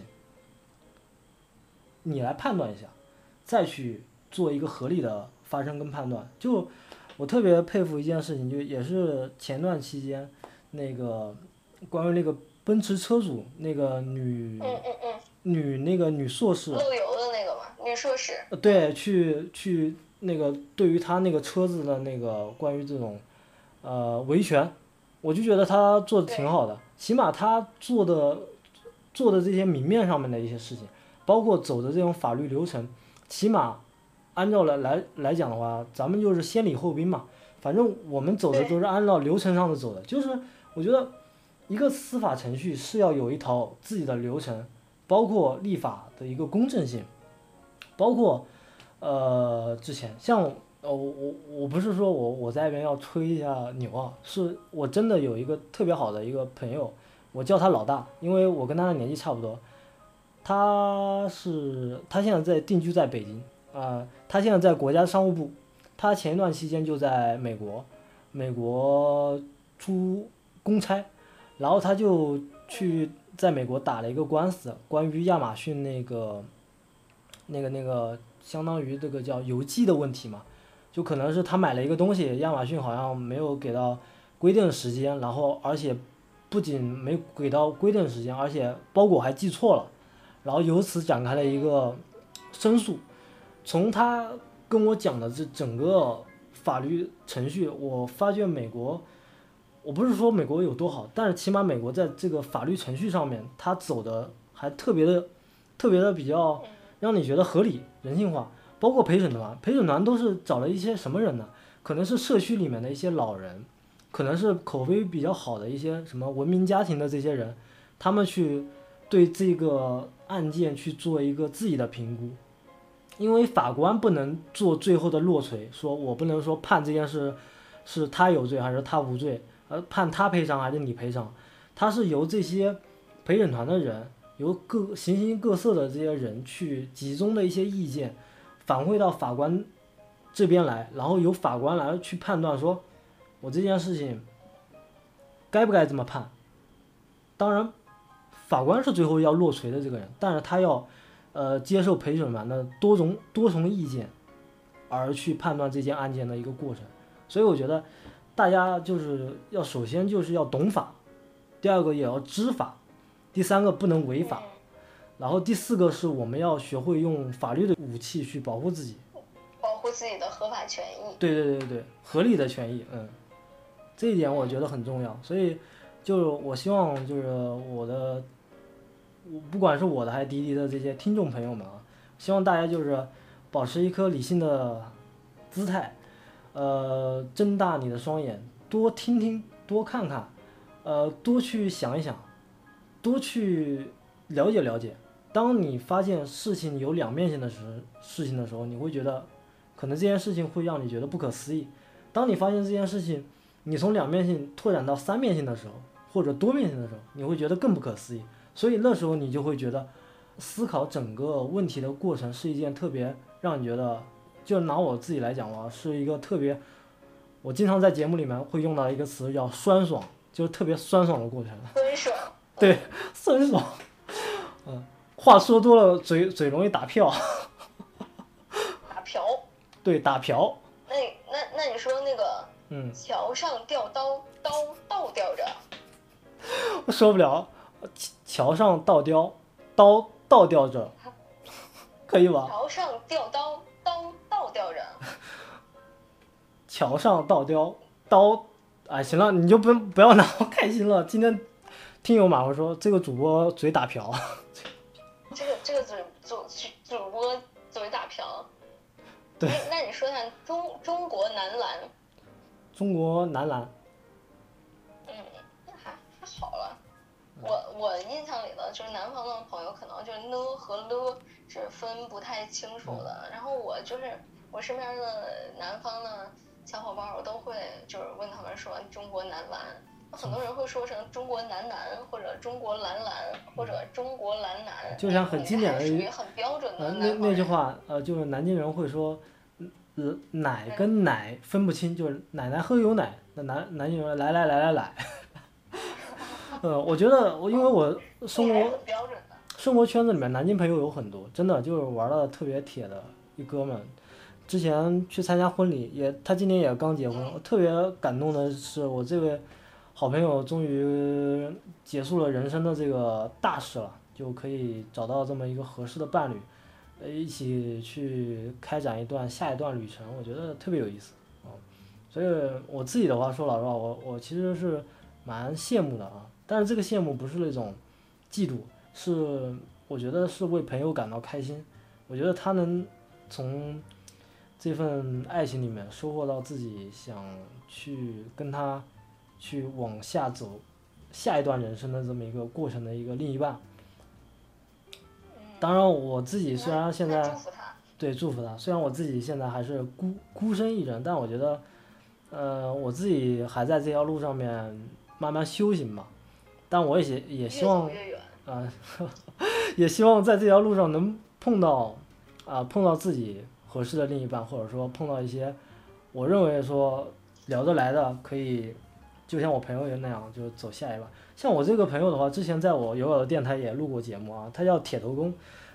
你来判断一下，再去做一个合理的发声跟判断。就我特别佩服一件事情，就也是前段期间那个关于那个奔驰车主那个女嗯嗯嗯女那个女硕士漏油的那个嘛，女硕士， 对，去去那个对于他那个车子的那个关于这种呃维权，我就觉得他做的挺好的，起码他做的做的这些明面上面的一些事情，包括走的这种法律流程，起码按照来来来讲的话，咱们就是先礼后兵嘛，反正我们走的都是按照流程上的走的，就是我觉得一个司法程序是要有一套自己的流程，包括立法的一个公正性，包括呃之前像呃我我我不是说我我在那边要吹一下牛啊，是我真的有一个特别好的一个朋友，我叫他老大，因为我跟他的年纪差不多，他是他现在在定居在北京啊、呃，他现在在国家商务部，他前一段期间就在美国，美国出公差，然后他就去在美国打了一个官司，关于亚马逊那个那个那个相当于这个叫邮寄的问题嘛，就可能是他买了一个东西，亚马逊好像没有给到规定时间，然后而且不仅没给到规定时间，而且包裹还寄错了，然后由此展开了一个申诉。从他跟我讲的这整个法律程序，我发觉美国，我不是说美国有多好，但是起码美国在这个法律程序上面，他走的还特别的特别的比较让你觉得合理人性化。包括陪审团，陪审团都是找了一些什么人呢？可能是社区里面的一些老人，可能是口碑比较好的一些什么文明家庭的这些人，他们去对这个案件去做一个自己的评估。因为法官不能做最后的落锤，说我不能说判这件事是他有罪还是他无罪，而判他赔偿还是你赔偿，他是由这些陪审团的人，由各形形各色的这些人去集中的一些意见反馈到法官这边来，然后由法官来去判断说我这件事情该不该这么判。当然法官是最后要落锤的这个人，但是他要呃，接受陪审团的多种多重意见，而去判断这件案件的一个过程。所以我觉得，大家就是要首先就是要懂法，第二个也要知法，第三个不能违法，然后第四个是我们要学会用法律的武器去保护自己， 保护自己的合法权益。 对对对对，合理的权益，嗯，这一点我觉得很重要。所以，就是我希望就是我的。不管是我的还是迪迪的这些听众朋友们啊，希望大家就是保持一颗理性的姿态，呃，睁大你的双眼，多听听，多看看，呃，多去想一想，多去了解了解。当你发现事情有两面性的时事情的时候，你会觉得可能这件事情会让你觉得不可思议。当你发现这件事情你从两面性拓展到三面性的时候，或者多面性的时候，你会觉得更不可思议。所以那时候你就会觉得思考整个问题的过程是一件特别让你觉得，就拿我自己来讲吧，是一个特别，我经常在节目里面会用到一个词叫酸爽，就是特别酸爽的过程。 酸爽。 对，酸爽。嗯，话说多了嘴嘴容易打票。 打瓢。对， 打瓢。 那那那你说那个，嗯，桥上吊刀，刀倒吊着。 我受不了。桥上倒吊，刀倒吊着，可以吧？ 桥上吊刀，刀倒吊着。 桥上倒吊，刀，哎，行了，你就不不要拿我开心了。今天听友马上说这个主播嘴打瓢。 这个这个主主主播嘴打瓢。 对。 那你说一下中中国男篮。 中国男篮。 嗯，那还还好了。我我印象里的就是南方的朋友可能就是呢和了是分不太清楚的，然后我就是我身边的南方的小伙伴，我都会就是问他们说中国男篮，很多人会说成中国男篮或者中国蓝篮或者中国蓝男， 就像很经典的属于很标准的、 呃、那那句话，呃，就是南京人会说，呃，奶跟奶分不清，就是奶奶喝有奶，那南南京人来来来来来。呃，我觉得我因为我生活生活圈子里面南京朋友有很多，真的就是玩的特别铁的一哥们。之前去参加婚礼，也他今年也刚结婚，我特别感动的是我这位好朋友终于结束了人生的这个大事了，就可以找到这么一个合适的伴侣，呃，一起去开展一段下一段旅程，我觉得特别有意思啊、嗯。所以我自己的话说老实话，我我其实是蛮羡慕的啊。但是这个羡慕不是那种嫉妒，是我觉得是为朋友感到开心。我觉得他能从这份爱情里面收获到自己想去跟他去往下走下一段人生的这么一个过程的一个另一半。当然我自己虽然现在对祝福他，虽然我自己现在还是孤孤身一人，但我觉得呃我自己还在这条路上面慢慢修行吧。但我也也希望，啊、呃，也希望在这条路上能碰到，啊、呃，碰到自己合适的另一半，或者说碰到一些我认为说聊得来的，可以，就像我朋友那样，就走下一步。像我这个朋友的话，之前在我友友的电台也录过节目啊，他叫铁头功，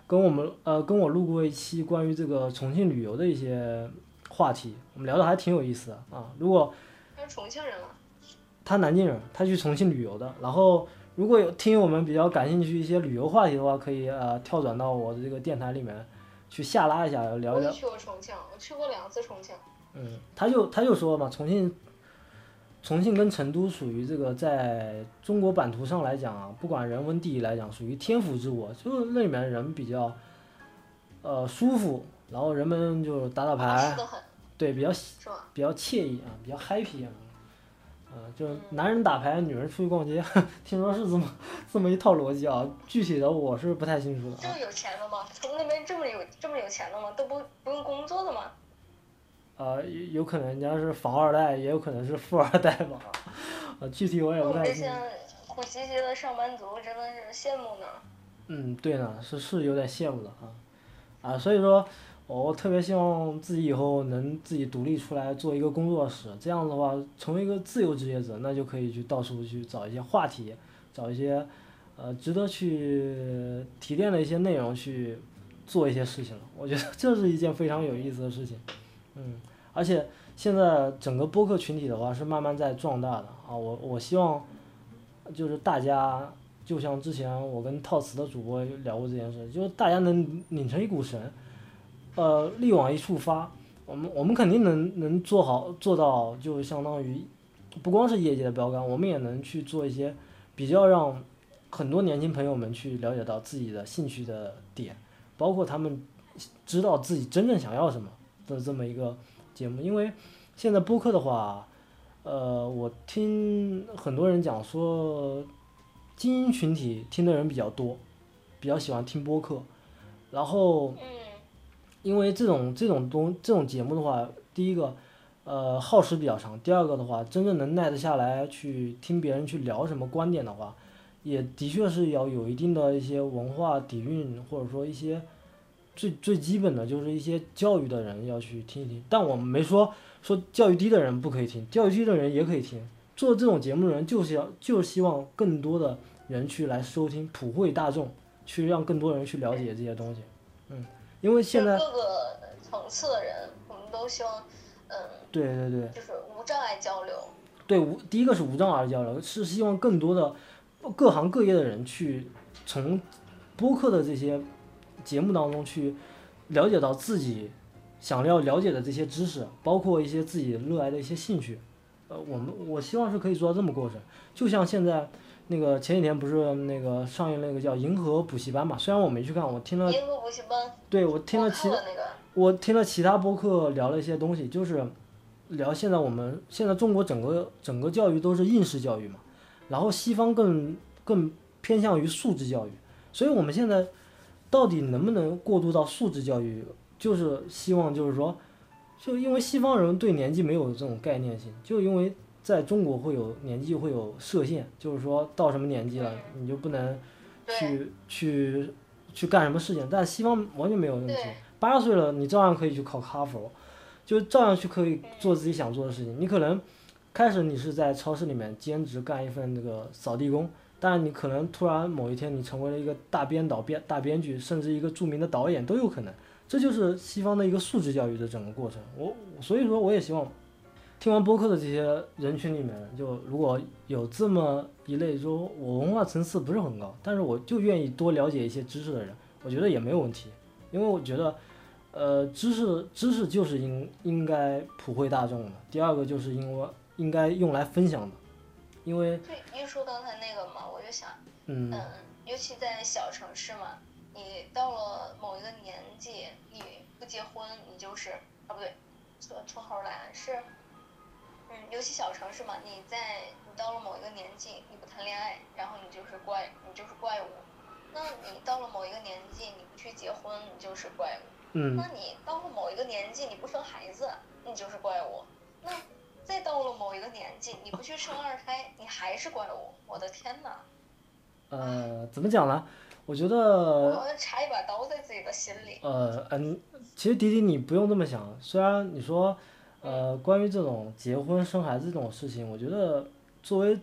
跟我们呃跟我录过一期关于这个重庆旅游的一些话题，我们聊的还挺有意思的啊。如果他是重庆人吗？ 他南京人，他去重庆旅游的。然后如果有听友们比较感兴趣一些旅游话题的话，可以呃跳转到我的这个电台里面去下拉一下聊一聊。 我也去过重庆，我去过两次重庆。 嗯，他就他就说嘛，重庆重庆跟成都属于这个在中国版图上来讲啊，不管人文地理来讲，属于天府之国，就是那里面人比较呃舒服，然后人们就打打牌，对，比较比较惬意啊，比较 happy 啊。啊，就是男人打牌，女人出去逛街，听说是这么这么一套逻辑啊，具体的我是不太清楚的、啊。 这么有钱的吗？他们那边这么有这么有钱的吗？都不不用工作的吗？ 呃，有可能人家是房二代，也有可能是富二代吧，呃，具体我也不太清楚。 我这些苦兮兮的上班族真的是羡慕呢。 嗯，对呢，是是有点羡慕的啊，啊，所以说。我特别希望自己以后能自己独立出来做一个工作室，这样的话成为一个自由职业者，那就可以去到处去找一些话题，找一些呃值得去提炼的一些内容去做一些事情了。我觉得这是一件非常有意思的事情，嗯，而且现在整个播客群体的话是慢慢在壮大的啊，我我希望就是大家就像之前我跟套词的主播聊过这件事，就是大家能拧成一股绳。呃，力往一处发，我们我们肯定能能做好做到，就相当于不光是业界的标杆，我们也能去做一些比较让很多年轻朋友们去了解到自己的兴趣的点，包括他们知道自己真正想要什么的这么一个节目。因为现在播客的话，呃，我听很多人讲说，精英群体听的人比较多，比较喜欢听播客，然后。因为这种这种东这种节目的话，第一个，呃，耗时比较长；第二个的话，真正能耐得下来去听别人去聊什么观点的话，也的确是要有一定的一些文化底蕴，或者说一些最最基本的就是一些教育的人要去听一听。但我们没说说教育低的人不可以听，教育低的人也可以听。做这种节目的人就是要就是希望更多的人去来收听，普惠大众，去让更多人去了解这些东西，嗯。因为现在各个层次的人，我们都希望，嗯， 对对对， 就是无障碍交流。 对，无第一个是无障碍交流，是希望更多的各行各业的人去从播客的这些节目当中去了解到自己想要了解的这些知识，包括一些自己热爱的一些兴趣。呃，我们我希望是可以做到这么过程，就像现在。那个前几天不是那个上映那个叫《银河补习班》嘛？虽然我没去看，我听了。 银河补习班。 对，我听了其他。 我, 那个、 我听了其他播客聊了一些东西，就是聊现在我们现在中国整个整个教育都是应试教育嘛，然后西方更更偏向于素质教育，所以我们现在到底能不能过渡到素质教育，就是希望就是说，就因为西方人对年纪没有这种概念性，就因为。在中国会有年纪会有设限，就是说到什么年纪了，你就不能去去去干什么事情。但西方完全没有问题，八十岁了你照样可以去考哈佛，就照样去可以做自己想做的事情。你可能开始你是在超市里面兼职干一份那个扫地工，但是你可能突然某一天你成为了一个大编导、编大编剧，甚至一个著名的导演都有可能。这就是西方的一个素质教育的整个过程。我所以说我也希望。听完播客的这些人群里面，就如果有这么一类说我文化层次不是很高，但是我就愿意多了解一些知识的人，我觉得也没有问题，因为我觉得，呃，知识知识就是应应该普惠大众的。第二个就是因为应该用来分享的，因为对，一说刚才那个嘛，我就想，嗯，嗯尤其在小城市嘛，你到了某一个年纪，你不结婚，你就是啊不对，从从头来是。嗯，尤其小城市嘛，你在你到了某一个年纪，你不谈恋爱，然后你就是怪，你就是怪物。那你到了某一个年纪，你不去结婚，你就是怪物。 嗯。 那你到了某一个年纪，你不生孩子，你就是怪物。那再到了某一个年纪，你不去生二胎，你还是怪物。我的天哪！ 呃，怎么讲呢？我觉得。 我好像插一把刀在自己的心里。 呃嗯，其实迪迪你不用这么想，虽然你说。呃，关于这种结婚生孩子这种事情，我觉得作为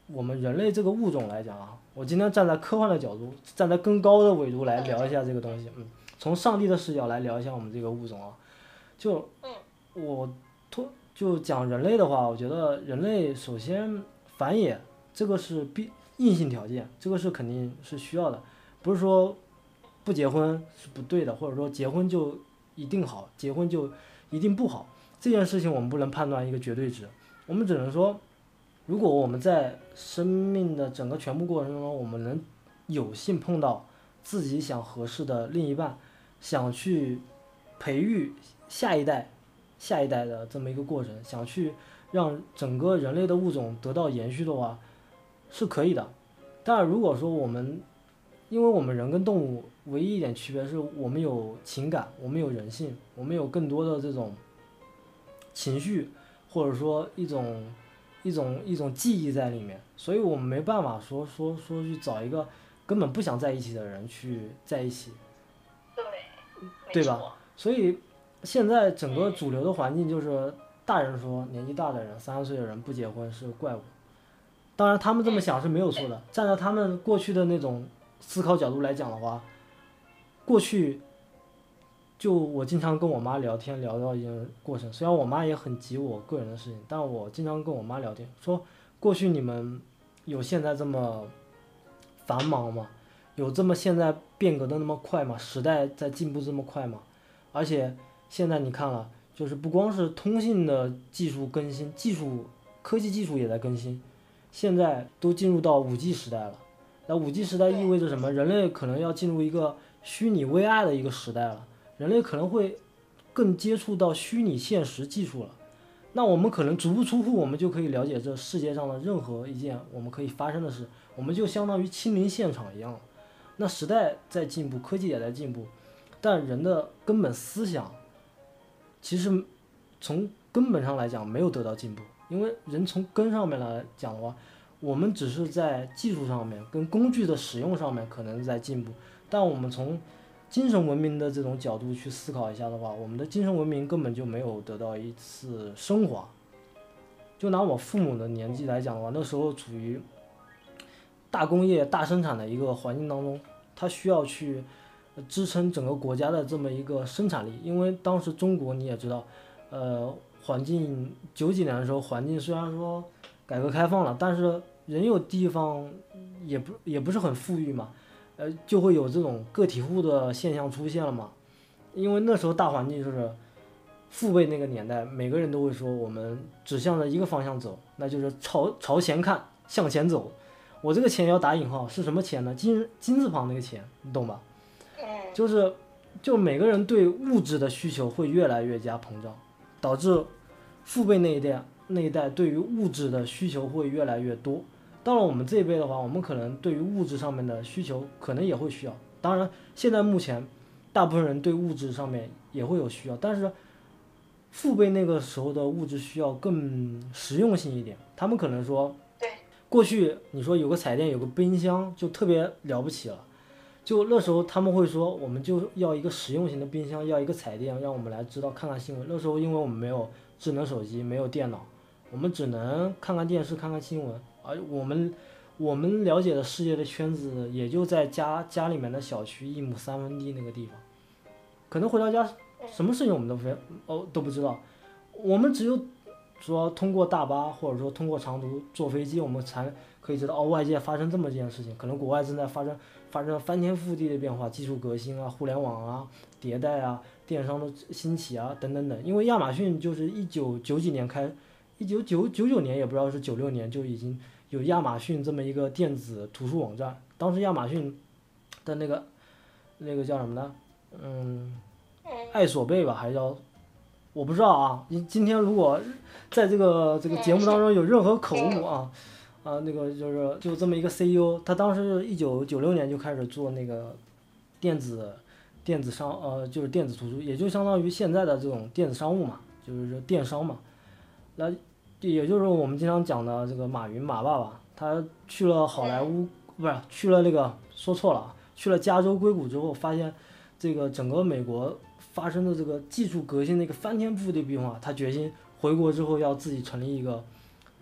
我们人类这个物种来讲啊，我今天站在科幻的角度，站在更高的纬度来聊一下这个东西，嗯，从上帝的视角来聊一下我们这个物种啊，就我突就讲人类的话，我觉得人类首先繁衍这个是必硬性条件，这个是肯定是需要的，不是说不结婚是不对的，或者说结婚就一定好，结婚就一定不好，这件事情我们不能判断一个绝对值，我们只能说，如果我们在生命的整个全部过程中，我们能有幸碰到自己想合适的另一半，想去培育下一代、下一代的这么一个过程，想去让整个人类的物种得到延续的话，是可以的。但如果说我们，因为我们人跟动物唯一一点区别是我们有情感，我们有人性，我们有更多的这种情绪，或者说一种一种一种记忆在里面，所以我们没办法说说说去找一个根本不想在一起的人去在一起， 对， 对吧？所以现在整个主流的环境就是大人说年纪大的人三十岁的人不结婚是怪物，当然他们这么想是没有错的，站在他们过去的那种思考角度来讲的话，过去就我经常跟我妈聊天聊到一个过程，虽然我妈也很急我个人的事情，但我经常跟我妈聊天说，过去你们有现在这么繁忙吗？有这么现在变革的那么快吗？时代在进步这么快吗？而且现在你看了，就是不光是通信的技术更新，技术科技技术也在更新，现在都进入到 五 G 时代了。那 五 G 时代意味着什么？人类可能要进入一个虚拟 V R 的一个时代了，人类可能会更接触到虚拟现实技术了。那我们可能足不出户，我们就可以了解这世界上的任何一件我们可以发生的事，我们就相当于亲临现场一样了。那时代在进步，科技也在进步，但人的根本思想其实从根本上来讲没有得到进步，因为人从根上面来讲的话，我们只是在技术上面跟工具的使用上面可能在进步，但我们从精神文明的这种角度去思考一下的话，我们的精神文明根本就没有得到一次升华。就拿我父母的年纪来讲的话，那时候处于大工业大生产的一个环境当中，他需要去支撑整个国家的这么一个生产力，因为当时中国你也知道，呃，环境九几年的时候，环境虽然说改革开放了，但是人有地方也不也不是很富裕嘛，呃，就会有这种个体户的现象出现了嘛。因为那时候大环境就是父辈那个年代，每个人都会说我们只向着一个方向走，那就是朝朝前看，向前走。我这个钱要打引号，是什么钱呢？金金字旁那个钱，你懂吧？就是就每个人对物质的需求会越来越加膨胀，导致父辈那一代那一代对于物质的需求会越来越多。到了我们这一辈的话，我们可能对于物质上面的需求可能也会需要。当然，现在目前大部分人对物质上面也会有需要，但是父辈那个时候的物质需要更实用性一点。他们可能说，过去你说有个彩电有个冰箱就特别了不起了，就那时候他们会说我们就要一个实用型的冰箱，要一个彩电，让我们来知道看看新闻。那时候因为我们没有智能手机，没有电脑，我们只能看看电视看看新闻，而我们我们了解的世界的圈子也就在家家里面的小区一亩三分地那个地方，可能回到家什么事情我们都非哦都不知道，我们只有说通过大巴或者说通过长途坐飞机，我们才可以知道哦外界发生这么一件事情，可能国外正在发生发生翻天覆地的变化，技术革新啊，互联网啊，迭代啊，电商的兴起啊，等等等。因为亚马逊就是一九九几年开，一九九九九年也不知道是九六年就已经有亚马逊这么一个电子图书网站。当时亚马逊的那个那个叫什么呢？嗯，爱索贝吧，还是叫我不知道啊。今天如果在这个这个节目当中有任何口误啊。啊，那个就是就这么一个 C E O， 他当时一九九六年就开始做那个电子电子商，呃，就是电子图书，也就相当于现在的这种电子商务嘛，就是电商嘛。那也就是我们经常讲的这个马云马爸爸，他去了好莱坞，不是去了那个说错了，去了加州硅谷之后，发现这个整个美国发生的这个技术革新的一个翻天覆地变化，他决心回国之后要自己成立一个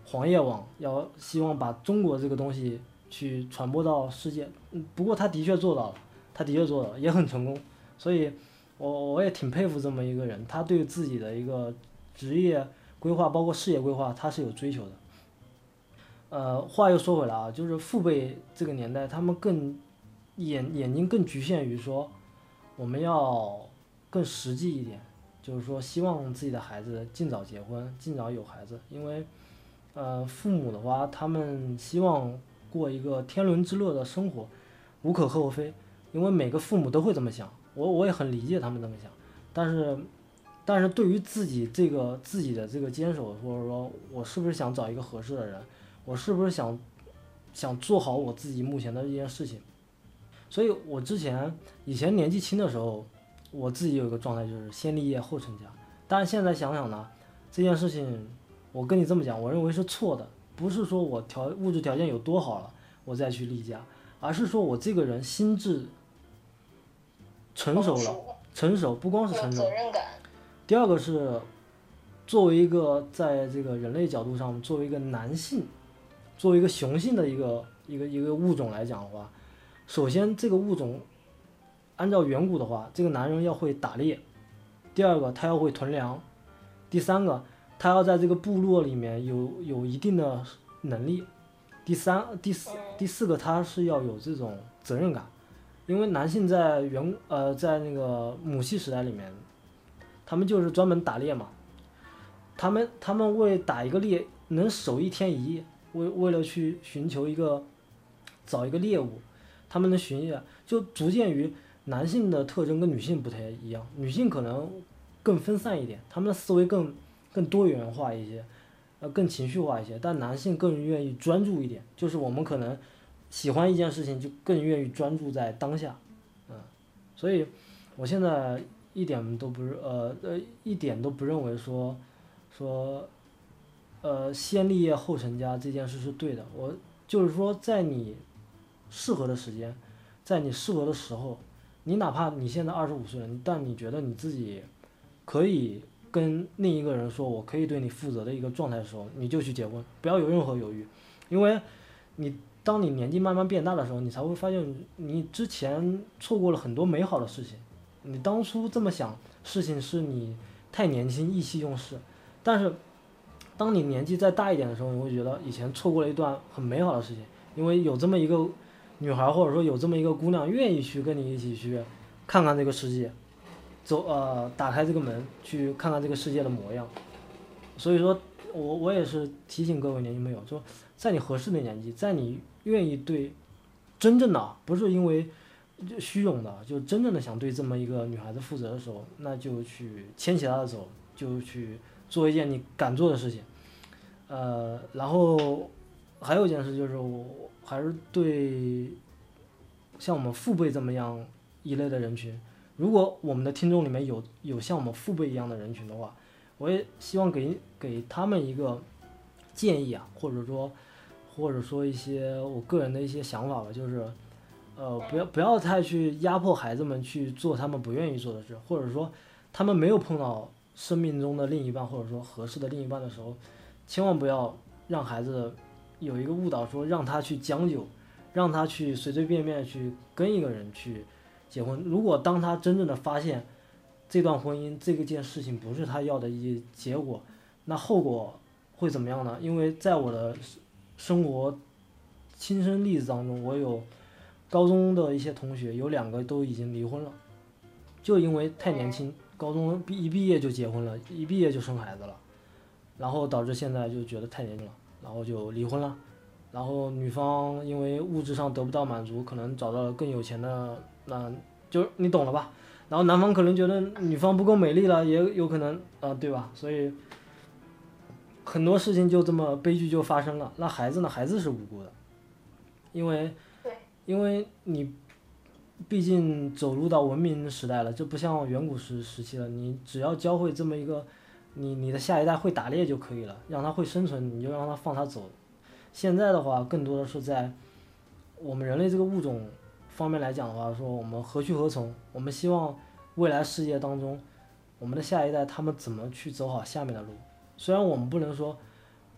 黄页网，要希望把中国这个东西去传播到世界。嗯，不过他的确做到了，他的确做到了，也很成功。所以我我也挺佩服这么一个人，他对自己的一个职业规划，包括事业规划，他是有追求的。呃，话又说回来啊，就是父辈这个年代，他们更眼眼睛更局限于说，我们要更实际一点，就是说希望自己的孩子尽早结婚，尽早有孩子，因为，呃，父母的话，他们希望过一个天伦之乐的生活，无可厚非，因为每个父母都会这么想，我我也很理解他们这么想，但是，但是对于自己这个自己的这个坚守，或者说我是不是想找一个合适的人，我是不是想想做好我自己目前的一件事情。所以我之前以前年纪轻的时候，我自己有一个状态就是先立业后成家。但是现在想想呢，这件事情我跟你这么讲，我认为是错的。不是说我条物质条件有多好了，我再去立家，而是说我这个人心智成熟了，成熟不光是成熟，第二个是作为一个在这个人类角度上，作为一个男性，作为一个雄性的一个一个一个物种来讲的话，首先这个物种按照远古的话，这个男人要会打猎，第二个他要会囤粮，第三个他要在这个部落里面有有一定的能力，第三第四第四个他是要有这种责任感，因为男性在原呃在那个母系时代里面，他们就是专门打猎嘛，他们他们为打一个猎能守一天一夜，为为了去寻求一个找一个猎物，他们的巡夜就逐渐于男性的特征跟女性不太一样，女性可能更分散一点，他们的思维更更多元化一些，呃更情绪化一些，但男性更愿意专注一点，就是我们可能喜欢一件事情就更愿意专注在当下，嗯，所以我现在一点都不是呃呃一点都不认为说说呃先立业后成家这件事是对的，我就是说在你适合的时间，在你适合的时候，你哪怕你现在二十五岁了，但你觉得你自己可以跟另一个人说我可以对你负责的一个状态的时候，你就去结婚，不要有任何犹豫，因为你当你年纪慢慢变大的时候，你才会发现你之前错过了很多美好的事情，你当初这么想事情是你太年轻意气用事，但是当你年纪再大一点的时候，你会觉得以前错过了一段很美好的事情，因为有这么一个女孩，或者说有这么一个姑娘愿意去跟你一起去看看这个世界，走呃打开这个门去看看这个世界的模样。所以说我我也是提醒各位年轻朋友说，在你合适的年纪，在你愿意对真正的不是因为虚荣的，就真正的想对这么一个女孩子负责的时候，那就去牵起她的手，就去做一件你敢做的事情。呃，然后还有一件事就是，我还是对像我们父辈这么样一类的人群，如果我们的听众里面有有像我们父辈一样的人群的话，我也希望给给他们一个建议啊，或者说或者说一些我个人的一些想法吧，就是呃不要不要太去压迫孩子们去做他们不愿意做的事，或者说他们没有碰到生命中的另一半或者说合适的另一半的时候，千万不要让孩子有一个误导，说让他去将就，让他去随随便便去跟一个人去结婚。如果当他真正的发现这段婚姻这个件事情不是他要的一结果，那后果会怎么样呢？因为在我的生活亲身例子当中，我有高中的一些同学，有两个都已经离婚了，就因为太年轻，高中一毕业就结婚了，一毕业就生孩子了，然后导致现在就觉得太年轻了，然后就离婚了。然后女方因为物质上得不到满足，可能找到了更有钱的，那就你懂了吧。然后男方可能觉得女方不够美丽了，也有可能啊、呃，对吧？所以很多事情就这么悲剧就发生了。那孩子呢？孩子是无辜的，因为因为你毕竟走入到文明时代了，这不像远古时时期了。你只要教会这么一个，你你的下一代会打猎就可以了，让他会生存，你就让他放他走。现在的话，更多的是在我们人类这个物种方面来讲的话，说我们何去何从？我们希望未来世界当中，我们的下一代他们怎么去走好下面的路？虽然我们不能说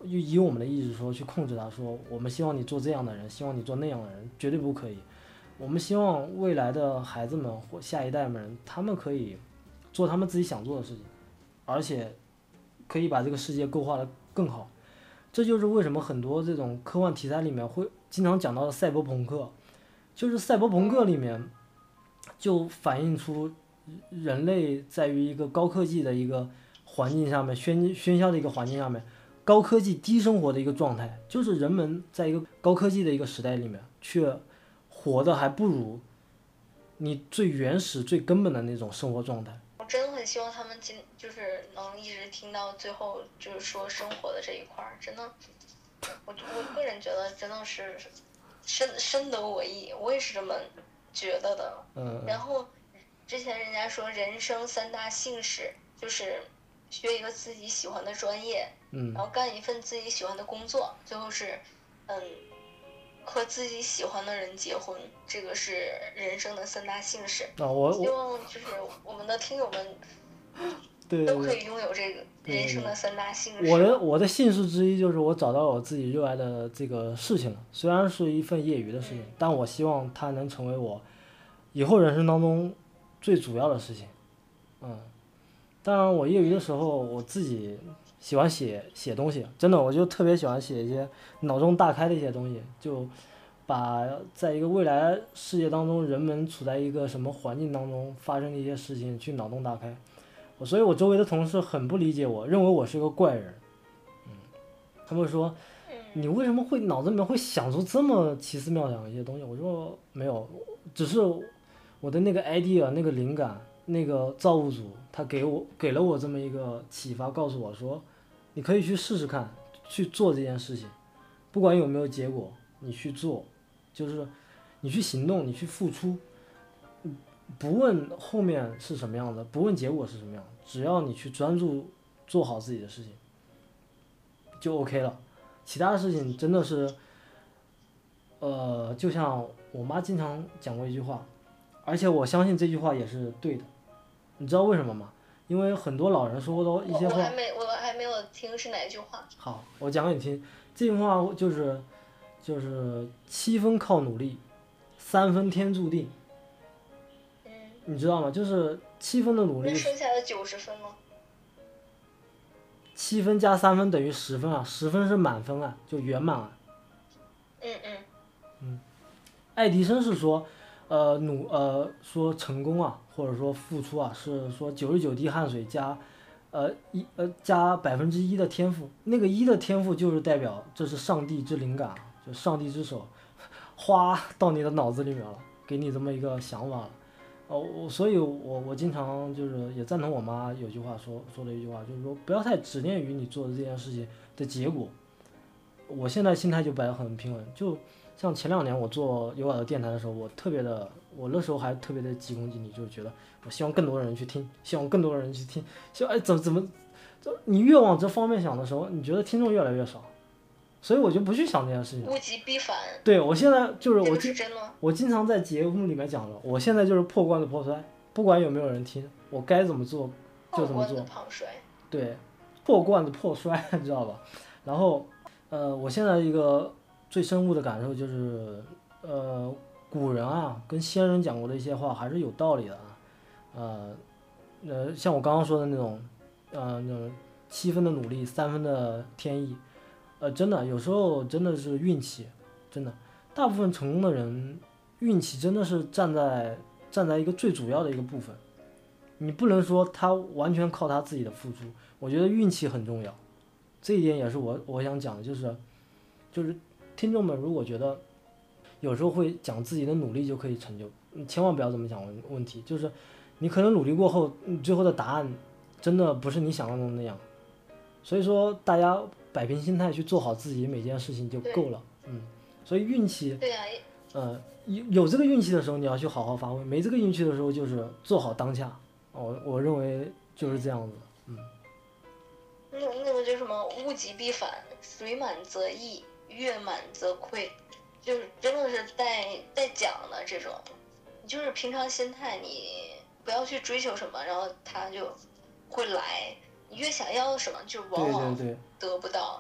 以我们的意志说去控制他，说我们希望你做这样的人，希望你做那样的人，绝对不可以。我们希望未来的孩子们或下一代们，他们可以做他们自己想做的事情，而且可以把这个世界构画得更好。这就是为什么很多这种科幻题材里面会经常讲到的赛博朋克，就是赛博朋克里面就反映出人类在于一个高科技的一个环境下面，喧喧嚣的一个环境下面，高科技低生活的一个状态，就是人们在一个高科技的一个时代里面，却活的还不如你最原始最根本的那种生活状态。 我真的很希望他们今就是能一直听到最后，就是说生活的这一块儿，真的，我我个人觉得真的是深深得我意，我也是这么觉得的。 嗯。 然后之前人家说人生三大幸事，就是学一个自己喜欢的专业， 嗯， 然后干一份自己喜欢的工作，最后是嗯和自己喜欢的人结婚，这个是人生的三大幸事。 啊，我希望就是我们的听友们对都可以拥有这个人生的三大幸事。 我的我的幸事之一就是我找到了我自己热爱的这个事情了，虽然是一份业余的事情， 嗯、 但我希望它能成为我以后人生当中最主要的事情。嗯，当然我业余的时候我自己喜欢写写东西，真的我就特别喜欢写一些脑中大开的一些东西，就把在一个未来世界当中人们处在一个什么环境当中发生的一些事情去脑洞大开。我所以我周围的同事很不理解我，认为我是个怪人。嗯，他们说你为什么会脑子里面会想出这么奇思妙想的一些东西？我说没有，只是我的那个 idea 那个灵感那个造物主他给我给了我这么一个启发，告诉我说你可以去试试看，去做这件事情，不管有没有结果，你去做，就是你去行动，你去付出，不问后面是什么样的，不问结果是什么样的，只要你去专注做好自己的事情就 OK 了。其他的事情真的是呃就像我妈经常讲过一句话，而且我相信这句话也是对的，你知道为什么吗？因为很多老人说的一些话， 我还没我还没有听是哪句话。 好，我讲给你听。这句话就是就是七分靠努力，三分天注定。 嗯， 你知道吗？就是七分的努力， 那剩下的九十分呢？ 七分加三分等于十分啊，十分是满分啊，就圆满啊。 嗯嗯嗯，爱迪生是说，呃努呃说成功啊，或者说付出啊，是说九十九滴汗水加，呃一呃加百分之一的天赋，那个一的天赋就是代表这是上帝之灵感啊，就上帝之手，哗到你的脑子里面了，给你这么一个想法了。哦，我所以我，我我经常就是也赞同我妈有句话说说的一句话，就是说不要太执念于你做的这件事情的结果。我现在心态就摆得很平稳，就像前两年我做有瓦的电台的时候，我特别的，我那时候还特别的急功近利，就是觉得我希望更多人去听，希望更多人去听，希望哎怎么怎么，你越往这方面想的时候，你觉得听众越来越少。所以我就不去想这件事情。 物极必反。 对，我现在就是我经是我经常在节目里面讲了，我现在就是破罐子破摔，不管有没有人听，我该怎么做就怎么做。对，破罐子破摔，你知道吧？然后，呃，我现在一个最深恶的感受就是，呃，古人啊跟先人讲过的一些话还是有道理的啊，呃，呃，像我刚刚说的那种，呃，那种七分的努力，三分的天意。呃，真的有时候真的是运气，真的，大部分成功的人，运气真的是站在站在一个最主要的一个部分，你不能说他完全靠他自己的付出，我觉得运气很重要，这一点也是我我想讲的，就是就是听众们如果觉得有时候会讲自己的努力就可以成就，你千万不要这么讲问问题，就是你可能努力过后，你最后的答案真的不是你想象中那样，所以说大家摆平心态去做好自己每件事情就够了，嗯，所以运气， 对啊， 呃，有有这个运气的时候你要去好好发挥，没这个运气的时候就是做好当下，我我认为就是这样子，嗯。 那那个就什么物极必反，水满则溢，月满则亏，就是真的是带带奖的这种，你就是平常心态，你不要去追求什么，然后它就会来。你越想要什么，就往往得不到。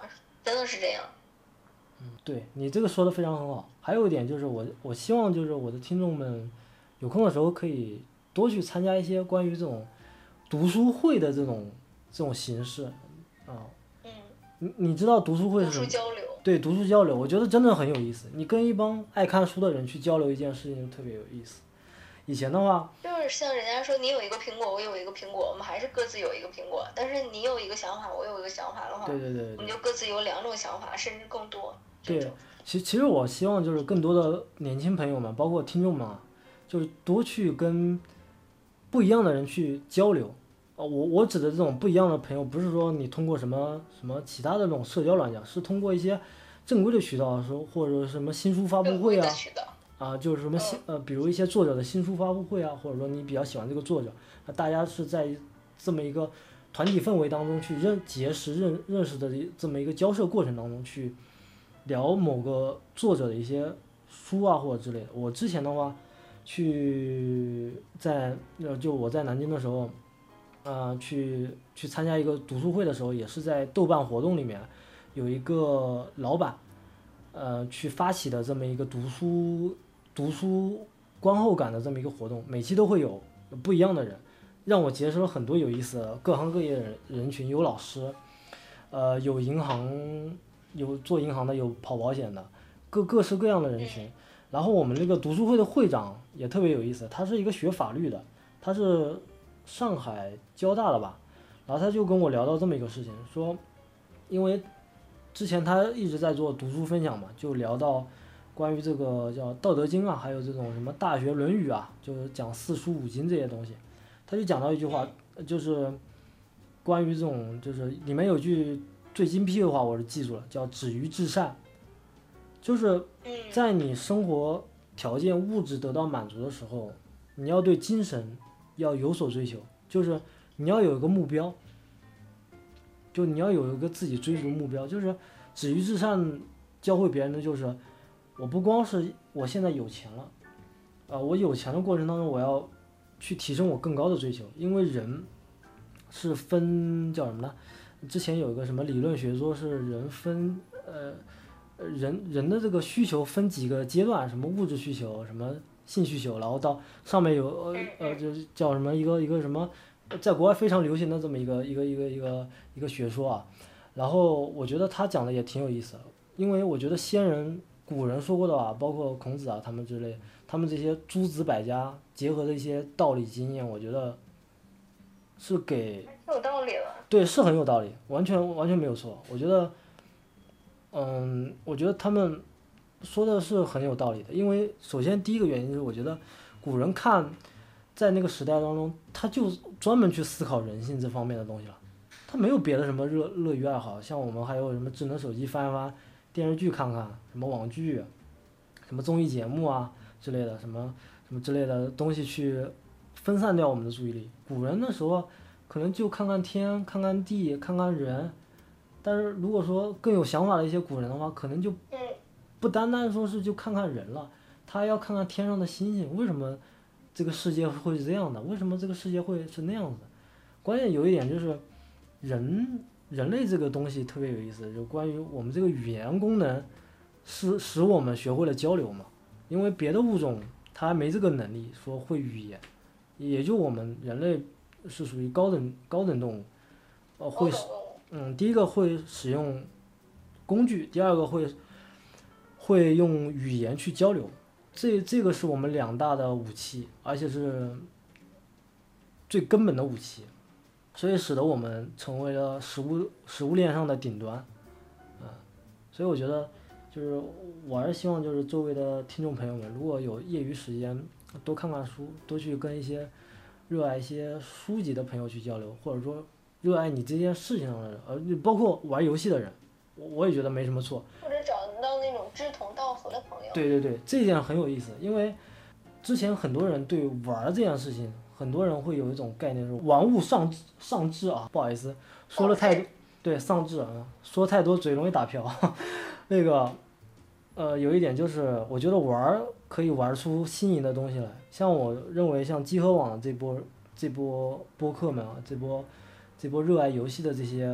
真的是这样。 嗯，对你这个说的非常很好。还有一点就是我我希望就是我的听众们有空的时候可以多去参加一些关于这种读书会的这种这种形式啊。 嗯。 你你知道读书会是什么？ 读书交流。 对，读书交流，我觉得真的很有意思。你跟一帮爱看书的人去交流一件事情，就特别有意思。以前的话， 就是像人家说你有一个苹果，我有一个苹果，我们还是各自有一个苹果。但是你有一个想法，我有一个想法的话， 对对 对, 对， 我们就各自有两种想法，甚至更多。 对，其其实我希望就是更多的年轻朋友们，包括听众们啊，就是多去跟不一样的人去交流。哦，我我指的这种不一样的朋友，不是说你通过什么什么其他的那种社交软件，是通过一些正规的渠道，说或者什么新书发布会啊，啊，就是什么新呃，比如一些作者的新书发布会啊，或者说你比较喜欢这个作者，那大家是在这么一个团体氛围当中去认结识认认识的这么一个交涉过程当中去聊某个作者的一些书啊或者之类的。我之前的话，去在呃就我在南京的时候。呃，去去参加一个读书会的时候，也是在豆瓣活动里面，有一个老板，呃，去发起的这么一个读书读书观后感的这么一个活动，每期都会有不一样的人，让我结识了很多有意思的各行各业的人群，有老师，呃，有银行，有做银行的，有跑保险的，各各式各样的人群。然后我们这个读书会的会长也特别有意思，他是一个学法律的，他是。上海交大的吧，然后他就跟我聊到这么一个事情，说，因为之前他一直在做读书分享嘛，就聊到关于这个叫《道德经》啊，还有这种什么《大学》《论语》啊，就是讲四书五经这些东西，他就讲到一句话，就是关于这种，就是里面有句最精辟的话，我是记住了，叫“止于至善”，就是在你生活条件物质得到满足的时候，你要对精神。要有所追求，就是你要有一个目标，就你要有一个自己追逐目标，就是止于至善。教会别人的就是，我不光是我现在有钱了，啊、呃，我有钱的过程当中，我要去提升我更高的追求，因为人是分叫什么呢？之前有一个什么理论学说是人分呃人人的这个需求分几个阶段，什么物质需求，什么。性需求，然后到上面有呃呃，就是叫什么一个一个什么，在国外非常流行的这么一个一个一个一个一个学说啊。然后我觉得他讲的也挺有意思的，因为我觉得先人古人说过的啊，包括孔子啊他们之类，他们这些诸子百家结合的一些道理经验，我觉得是给有道理了。 对，是很有道理，完全完全没有错。我觉得，嗯，我觉得他们。说的是很有道理的，因为首先第一个原因是我觉得古人看在那个时代当中，他就专门去思考人性这方面的东西了，他没有别的什么乐乐于爱好，像我们还有什么智能手机翻一翻，电视剧看看，什么网剧，什么综艺节目啊之类的，什么什么之类的东西去分散掉我们的注意力。古人那时候可能就看看天，看看地，看看人，但是如果说更有想法的一些古人的话，可能就不单单说是就看看人了，他要看看天上的星星，为什么这个世界会是这样的？为什么这个世界会是那样子的？关键有一点就是，人人类这个东西特别有意思，就关于我们这个语言功能，是使我们学会了交流嘛。因为别的物种它还没这个能力说会语言，也就我们人类是属于高等高等动物，呃会嗯第一个会使用工具，第二个会。会用语言去交流，这这个是我们两大的武器，而且是最根本的武器，所以使得我们成为了食物食物链上的顶端，啊，所以我觉得就是我还是希望就是周围的听众朋友们，如果有业余时间，多看看书，多去跟一些热爱一些书籍的朋友去交流，或者说热爱你这件事情上的人，呃，包括玩游戏的人，我我也觉得没什么错。 或者找到那种志同道合的朋友。 对对对，这一点很有意思，因为之前很多人对玩这件事情，很多人会有一种概念是玩物丧志丧志啊，不好意思，说了太多，对丧志啊，说太多嘴容易打飘。那个，呃，有一点就是，我觉得玩可以玩出新颖的东西来。像我认为，像集合网这波这波播客们啊，这波这波热爱游戏的这些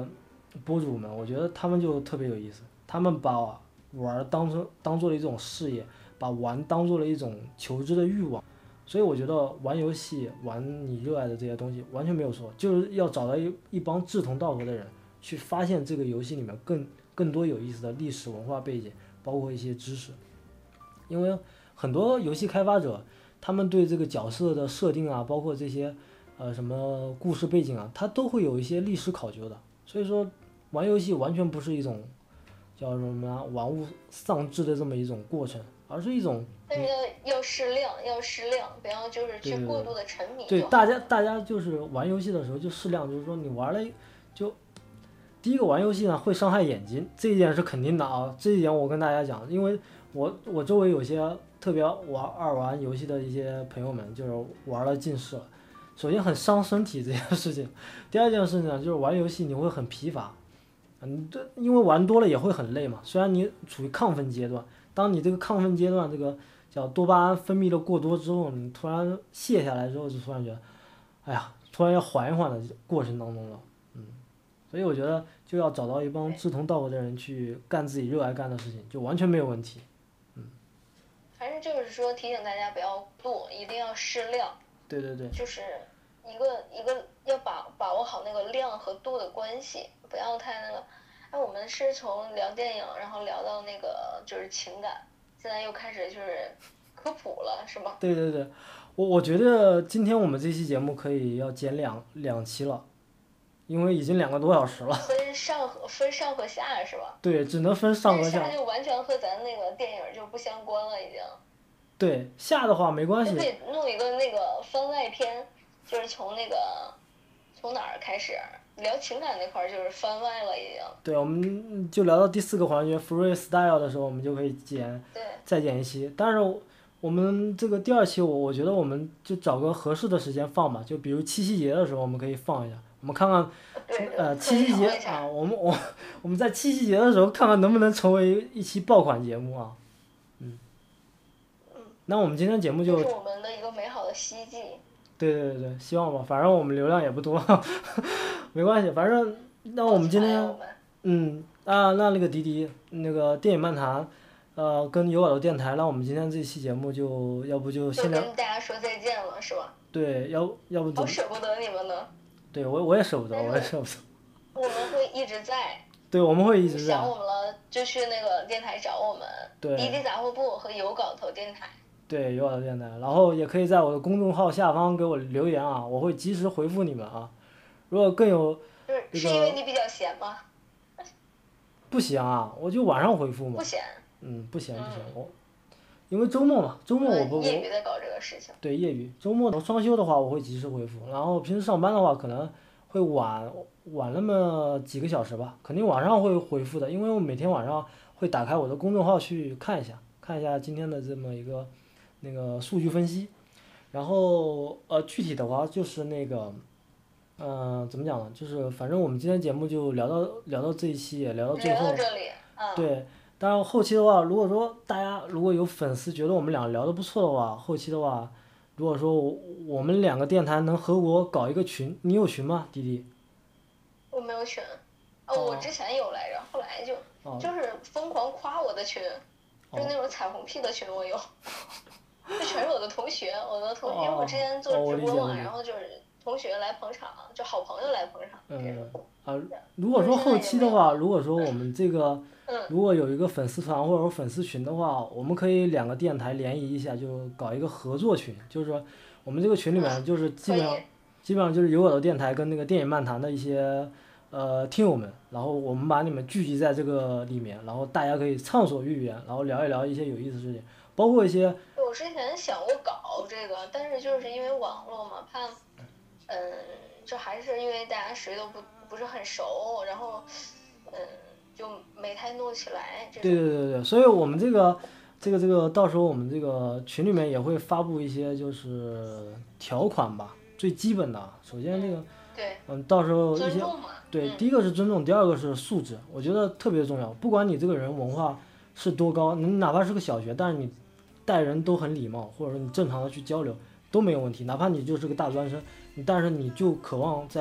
博主们，我觉得他们就特别有意思，他们把玩当成当做了一种事业，把玩当做了一种求知的欲望。所以我觉得玩游戏，玩你热爱的这些东西完全没有错，就是要找到一一帮志同道合的人，去发现这个游戏里面更更多有意思的历史文化背景，包括一些知识。因为很多游戏开发者，他们对这个角色的设定啊，包括这些呃什么故事背景啊，他都会有一些历史考究的。所以说，玩游戏完全不是一种叫什么玩物丧志的这么一种过程，而是一种。 但是要要适量，要适量，不要就是去过度的沉迷。 对，大家大家就是玩游戏的时候就适量，就是说你玩了就。第一个玩游戏呢会伤害眼睛，这一点是肯定的啊，这一点我跟大家讲，因为我我周围有些特别玩二玩游戏的一些朋友们，就是玩了近视了。首先很伤身体这件事情，第二件事情呢就是玩游戏你会很疲乏，嗯，这因为玩多了也会很累嘛。虽然你处于亢奋阶段，当你这个亢奋阶段这个叫多巴胺分泌的过多之后，你突然卸下来之后，就突然觉得，哎呀，突然要缓一缓的过程当中了。所以我觉得就要找到一帮志同道合的人去干自己热爱干的事情，就完全没有问题。嗯， 反正就是说提醒大家不要做，一定要适量。 对对对。 就是一个一个要把把握好那个量和度的关系，不要太那个。哎，我们是从聊电影，然后聊到那个就是情感，现在又开始就是科普了，是吧？ 对对对，我我觉得今天我们这期节目可以要剪两两期了。因为已经两个多小时了。 分上和分上和下是吧？ 对，只能分上和下。 下就完全和咱那个电影就不相关了，已经。 对，下的话没关系。 可以弄一个那个番外篇，就是从那个从哪儿开始聊情感那块儿，就是番外了已经。 对，我们就聊到第四个环节 freestyle 的时候，我们就可以剪，再剪一期。但是我们这个第二期，我我觉得我们就找个合适的时间放吧，就比如七夕节的时候，我们可以放一下。我们看看，呃，七夕节啊，我们我我们在七夕节的时候看看能不能成为一期爆款节目啊，嗯。那我们今天节目就。 这是我们的一个美好的希冀。 对对对对，希望吧，反正我们流量也不多，没关系，反正那我们今天，嗯啊，那那个迪迪那个电影漫谈，呃，跟有耳朵电台，那我们今天这期节目就要不就先跟大家说再见了，是吧？ 对，要要不。 好舍不得你们呢。 对，我我也舍不得，我也舍不得。 我们会一直在。 对，我们会一直在。 想我们了就去那个电台找我们。 对。 滴滴杂货铺和有稿头电台。 对，有耳朵电台，然后也可以在我的公众号下方给我留言啊，我会及时回复你们啊。如果更有。 是是因为你比较闲吗？ 不闲啊，我就晚上回复嘛。 不闲。 嗯，不闲不闲，我。因为周末嘛，周末我不。 业余在搞这个事情。 对，业余。周末双休的话，我会及时回复。然后平时上班的话，可能会晚晚那么几个小时吧，肯定晚上会回复的，因为我每天晚上会打开我的公众号去看一下，看一下今天的这么一个那个数据分析。然后呃，具体的话就是那个，嗯、呃，怎么讲呢？就是反正我们今天节目就聊到聊到这一期，也聊到最后。 聊到这里。嗯。 对。当然后期的话，如果说大家如果有粉丝觉得我们俩聊得不错的话，后期的话，如果说我们两个电台能合我搞一个群，你有群吗，弟弟？ 我没有群，哦，我之前有来着，后来就、哦、就是疯狂夸我的群，就是那种彩虹屁的群我有，这全是我的同学，我的同，因为我之前做直播嘛，然后就是同学来捧场，就好朋友来捧场。 嗯啊，如果说后期的话，如果说我们这个。如果有一个粉丝团或者说粉丝群的话，我们可以两个电台联谊一下，就搞一个合作群，就是说我们这个群里面就是基本上基本上就是有我的电台跟那个电影漫谈的一些呃听友们，然后我们把你们聚集在这个里面，然后大家可以畅所欲言，然后聊一聊一些有意思的事情，包括一些。 我之前想过搞这个，但是就是因为网络嘛，怕嗯，就还是因为大家谁都不不是很熟，然后嗯。就没太弄起来。 对对对对，所以我们这个这个这个到时候我们这个群里面也会发布一些就是条款吧，最基本的。首先这个， 对， 嗯，到时候一些，对， 嗯、 第一个是尊重，第二个是素质，我觉得特别重要。不管你这个人文化是多高，你哪怕是个小学，但是你待人都很礼貌，或者说你正常的去交流都没有问题。哪怕你就是个大专生，你但是你就渴望在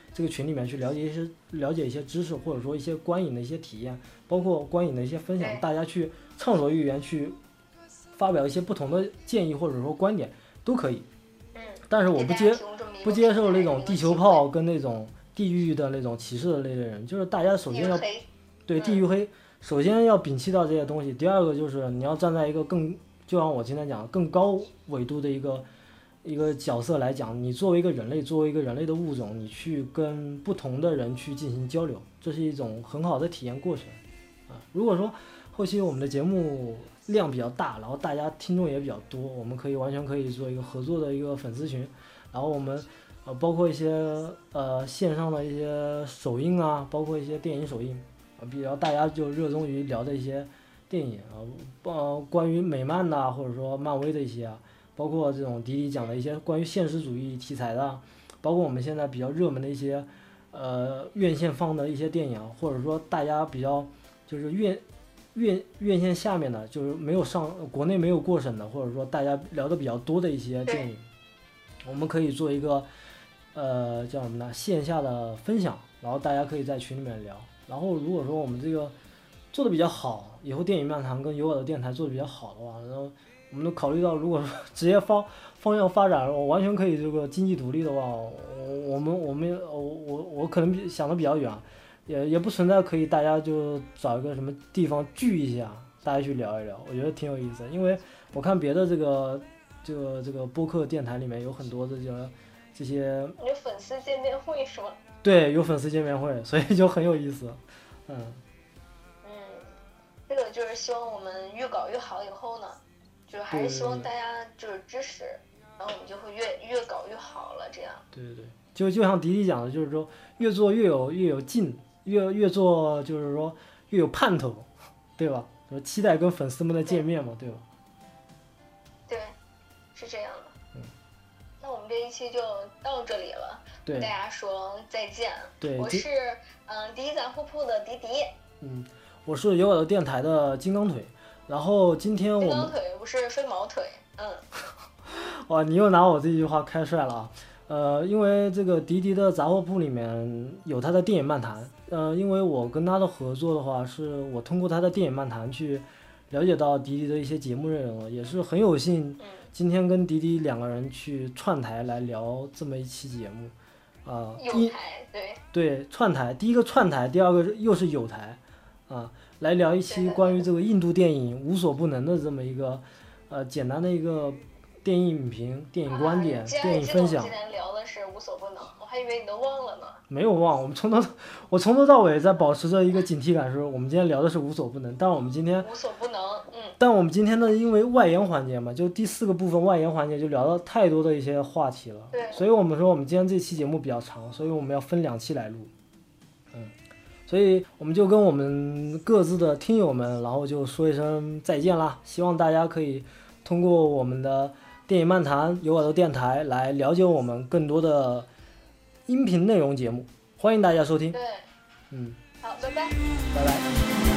这个群里面去了解一些了解一些知识，或者说一些观影的一些体验，包括观影的一些分享，大家去畅所欲言，去发表一些不同的建议或者说观点都可以。但是我不接不接受那种地球炮跟那种地域的那种歧视的那类人，就是大家首先要对地域黑，首先要摒弃到这些东西。第二个就是你要站在一个更，就像我今天讲更高纬度的一个一个角色来讲，你作为一个人类，作为一个人类的物种，你去跟不同的人去进行交流，这是一种很好的体验过程啊。如果说后期我们的节目量比较大，然后大家听众也比较多，我们可以完全可以做一个合作的一个粉丝群，然后我们呃包括一些呃线上的一些首映啊，包括一些电影首映啊，比较大家就热衷于聊的一些电影啊，呃关于美漫呐、啊，或者说漫威的一些啊，包括这种迪迪讲的一些关于现实主义题材的、啊，包括我们现在比较热门的一些呃院线放的一些电影，或者说大家比较就是院院院线下面的，就是没有上国内没有过审的，或者说大家聊的比较多的一些电影，我们可以做一个呃叫什么呢线下的分享，然后大家可以在群里面聊。然后如果说我们这个做的比较好，以后电影漫谈跟有我的电台做的比较好的话，然后我们都考虑到，如果说职业方方向发展，我完全可以这个经济独立的话，我我们我们我我我可能比想的比较远，也也不存在可以大家就找一个什么地方聚一下，大家去聊一聊，我觉得挺有意思的。因为我看别的这个这个这个播客电台里面有很多的这个这些有粉丝见面会是吗？ 对，有粉丝见面会，所以就很有意思。嗯嗯，这个就是希望我们越搞越好，以后呢，就是还是希望大家就是支持，然后我们就会越越搞越好了，这样。 对对对，就就像迪迪讲的，就是说越做越有越有劲，越越做就是说越有盼头，对吧？就是期待跟粉丝们的见面嘛，对吧？ 对，是这样的。嗯，那我们这一期就到这里了，跟大家说再见。 对， 我是嗯迪迪杂货铺的迪迪。 嗯，我是有我的电台的金刚腿。然后今天我们金刚腿不是飞毛腿，嗯。 哇，你又拿我这句话开涮了啊！呃，因为这个迪迪的杂货铺里面有他的电影漫谈，呃，因为我跟他的合作的话，是我通过他的电影漫谈去了解到迪迪的一些节目内容，也是很有幸今天跟迪迪两个人去串台来聊这么一期节目，啊、呃， 有台对对串台，第一个串台，第二个又是有台，啊、呃，来聊一期关于这个印度电影无所不能的这么一个呃简单的一个电影影评、电影观点、 啊、 电影分享。 今天聊的是无所不能，我还以为你都忘了呢。 没有忘，我们从头我从头到尾在保持着一个警惕感，说我们今天聊的是无所不能，但我们今天无所不能，嗯。 但我们今天呢，因为外延环节嘛，就第四个部分外延环节就聊到太多的一些话题了， 对， 所以我们说我们今天这期节目比较长，所以我们要分两期来录，嗯，所以我们就跟我们各自的听友们，然后就说一声再见啦，希望大家可以通过我们的电影漫谈有我的电台来了解我们更多的音频内容节目，欢迎大家收听。 对， 嗯， 好，拜拜， 拜拜。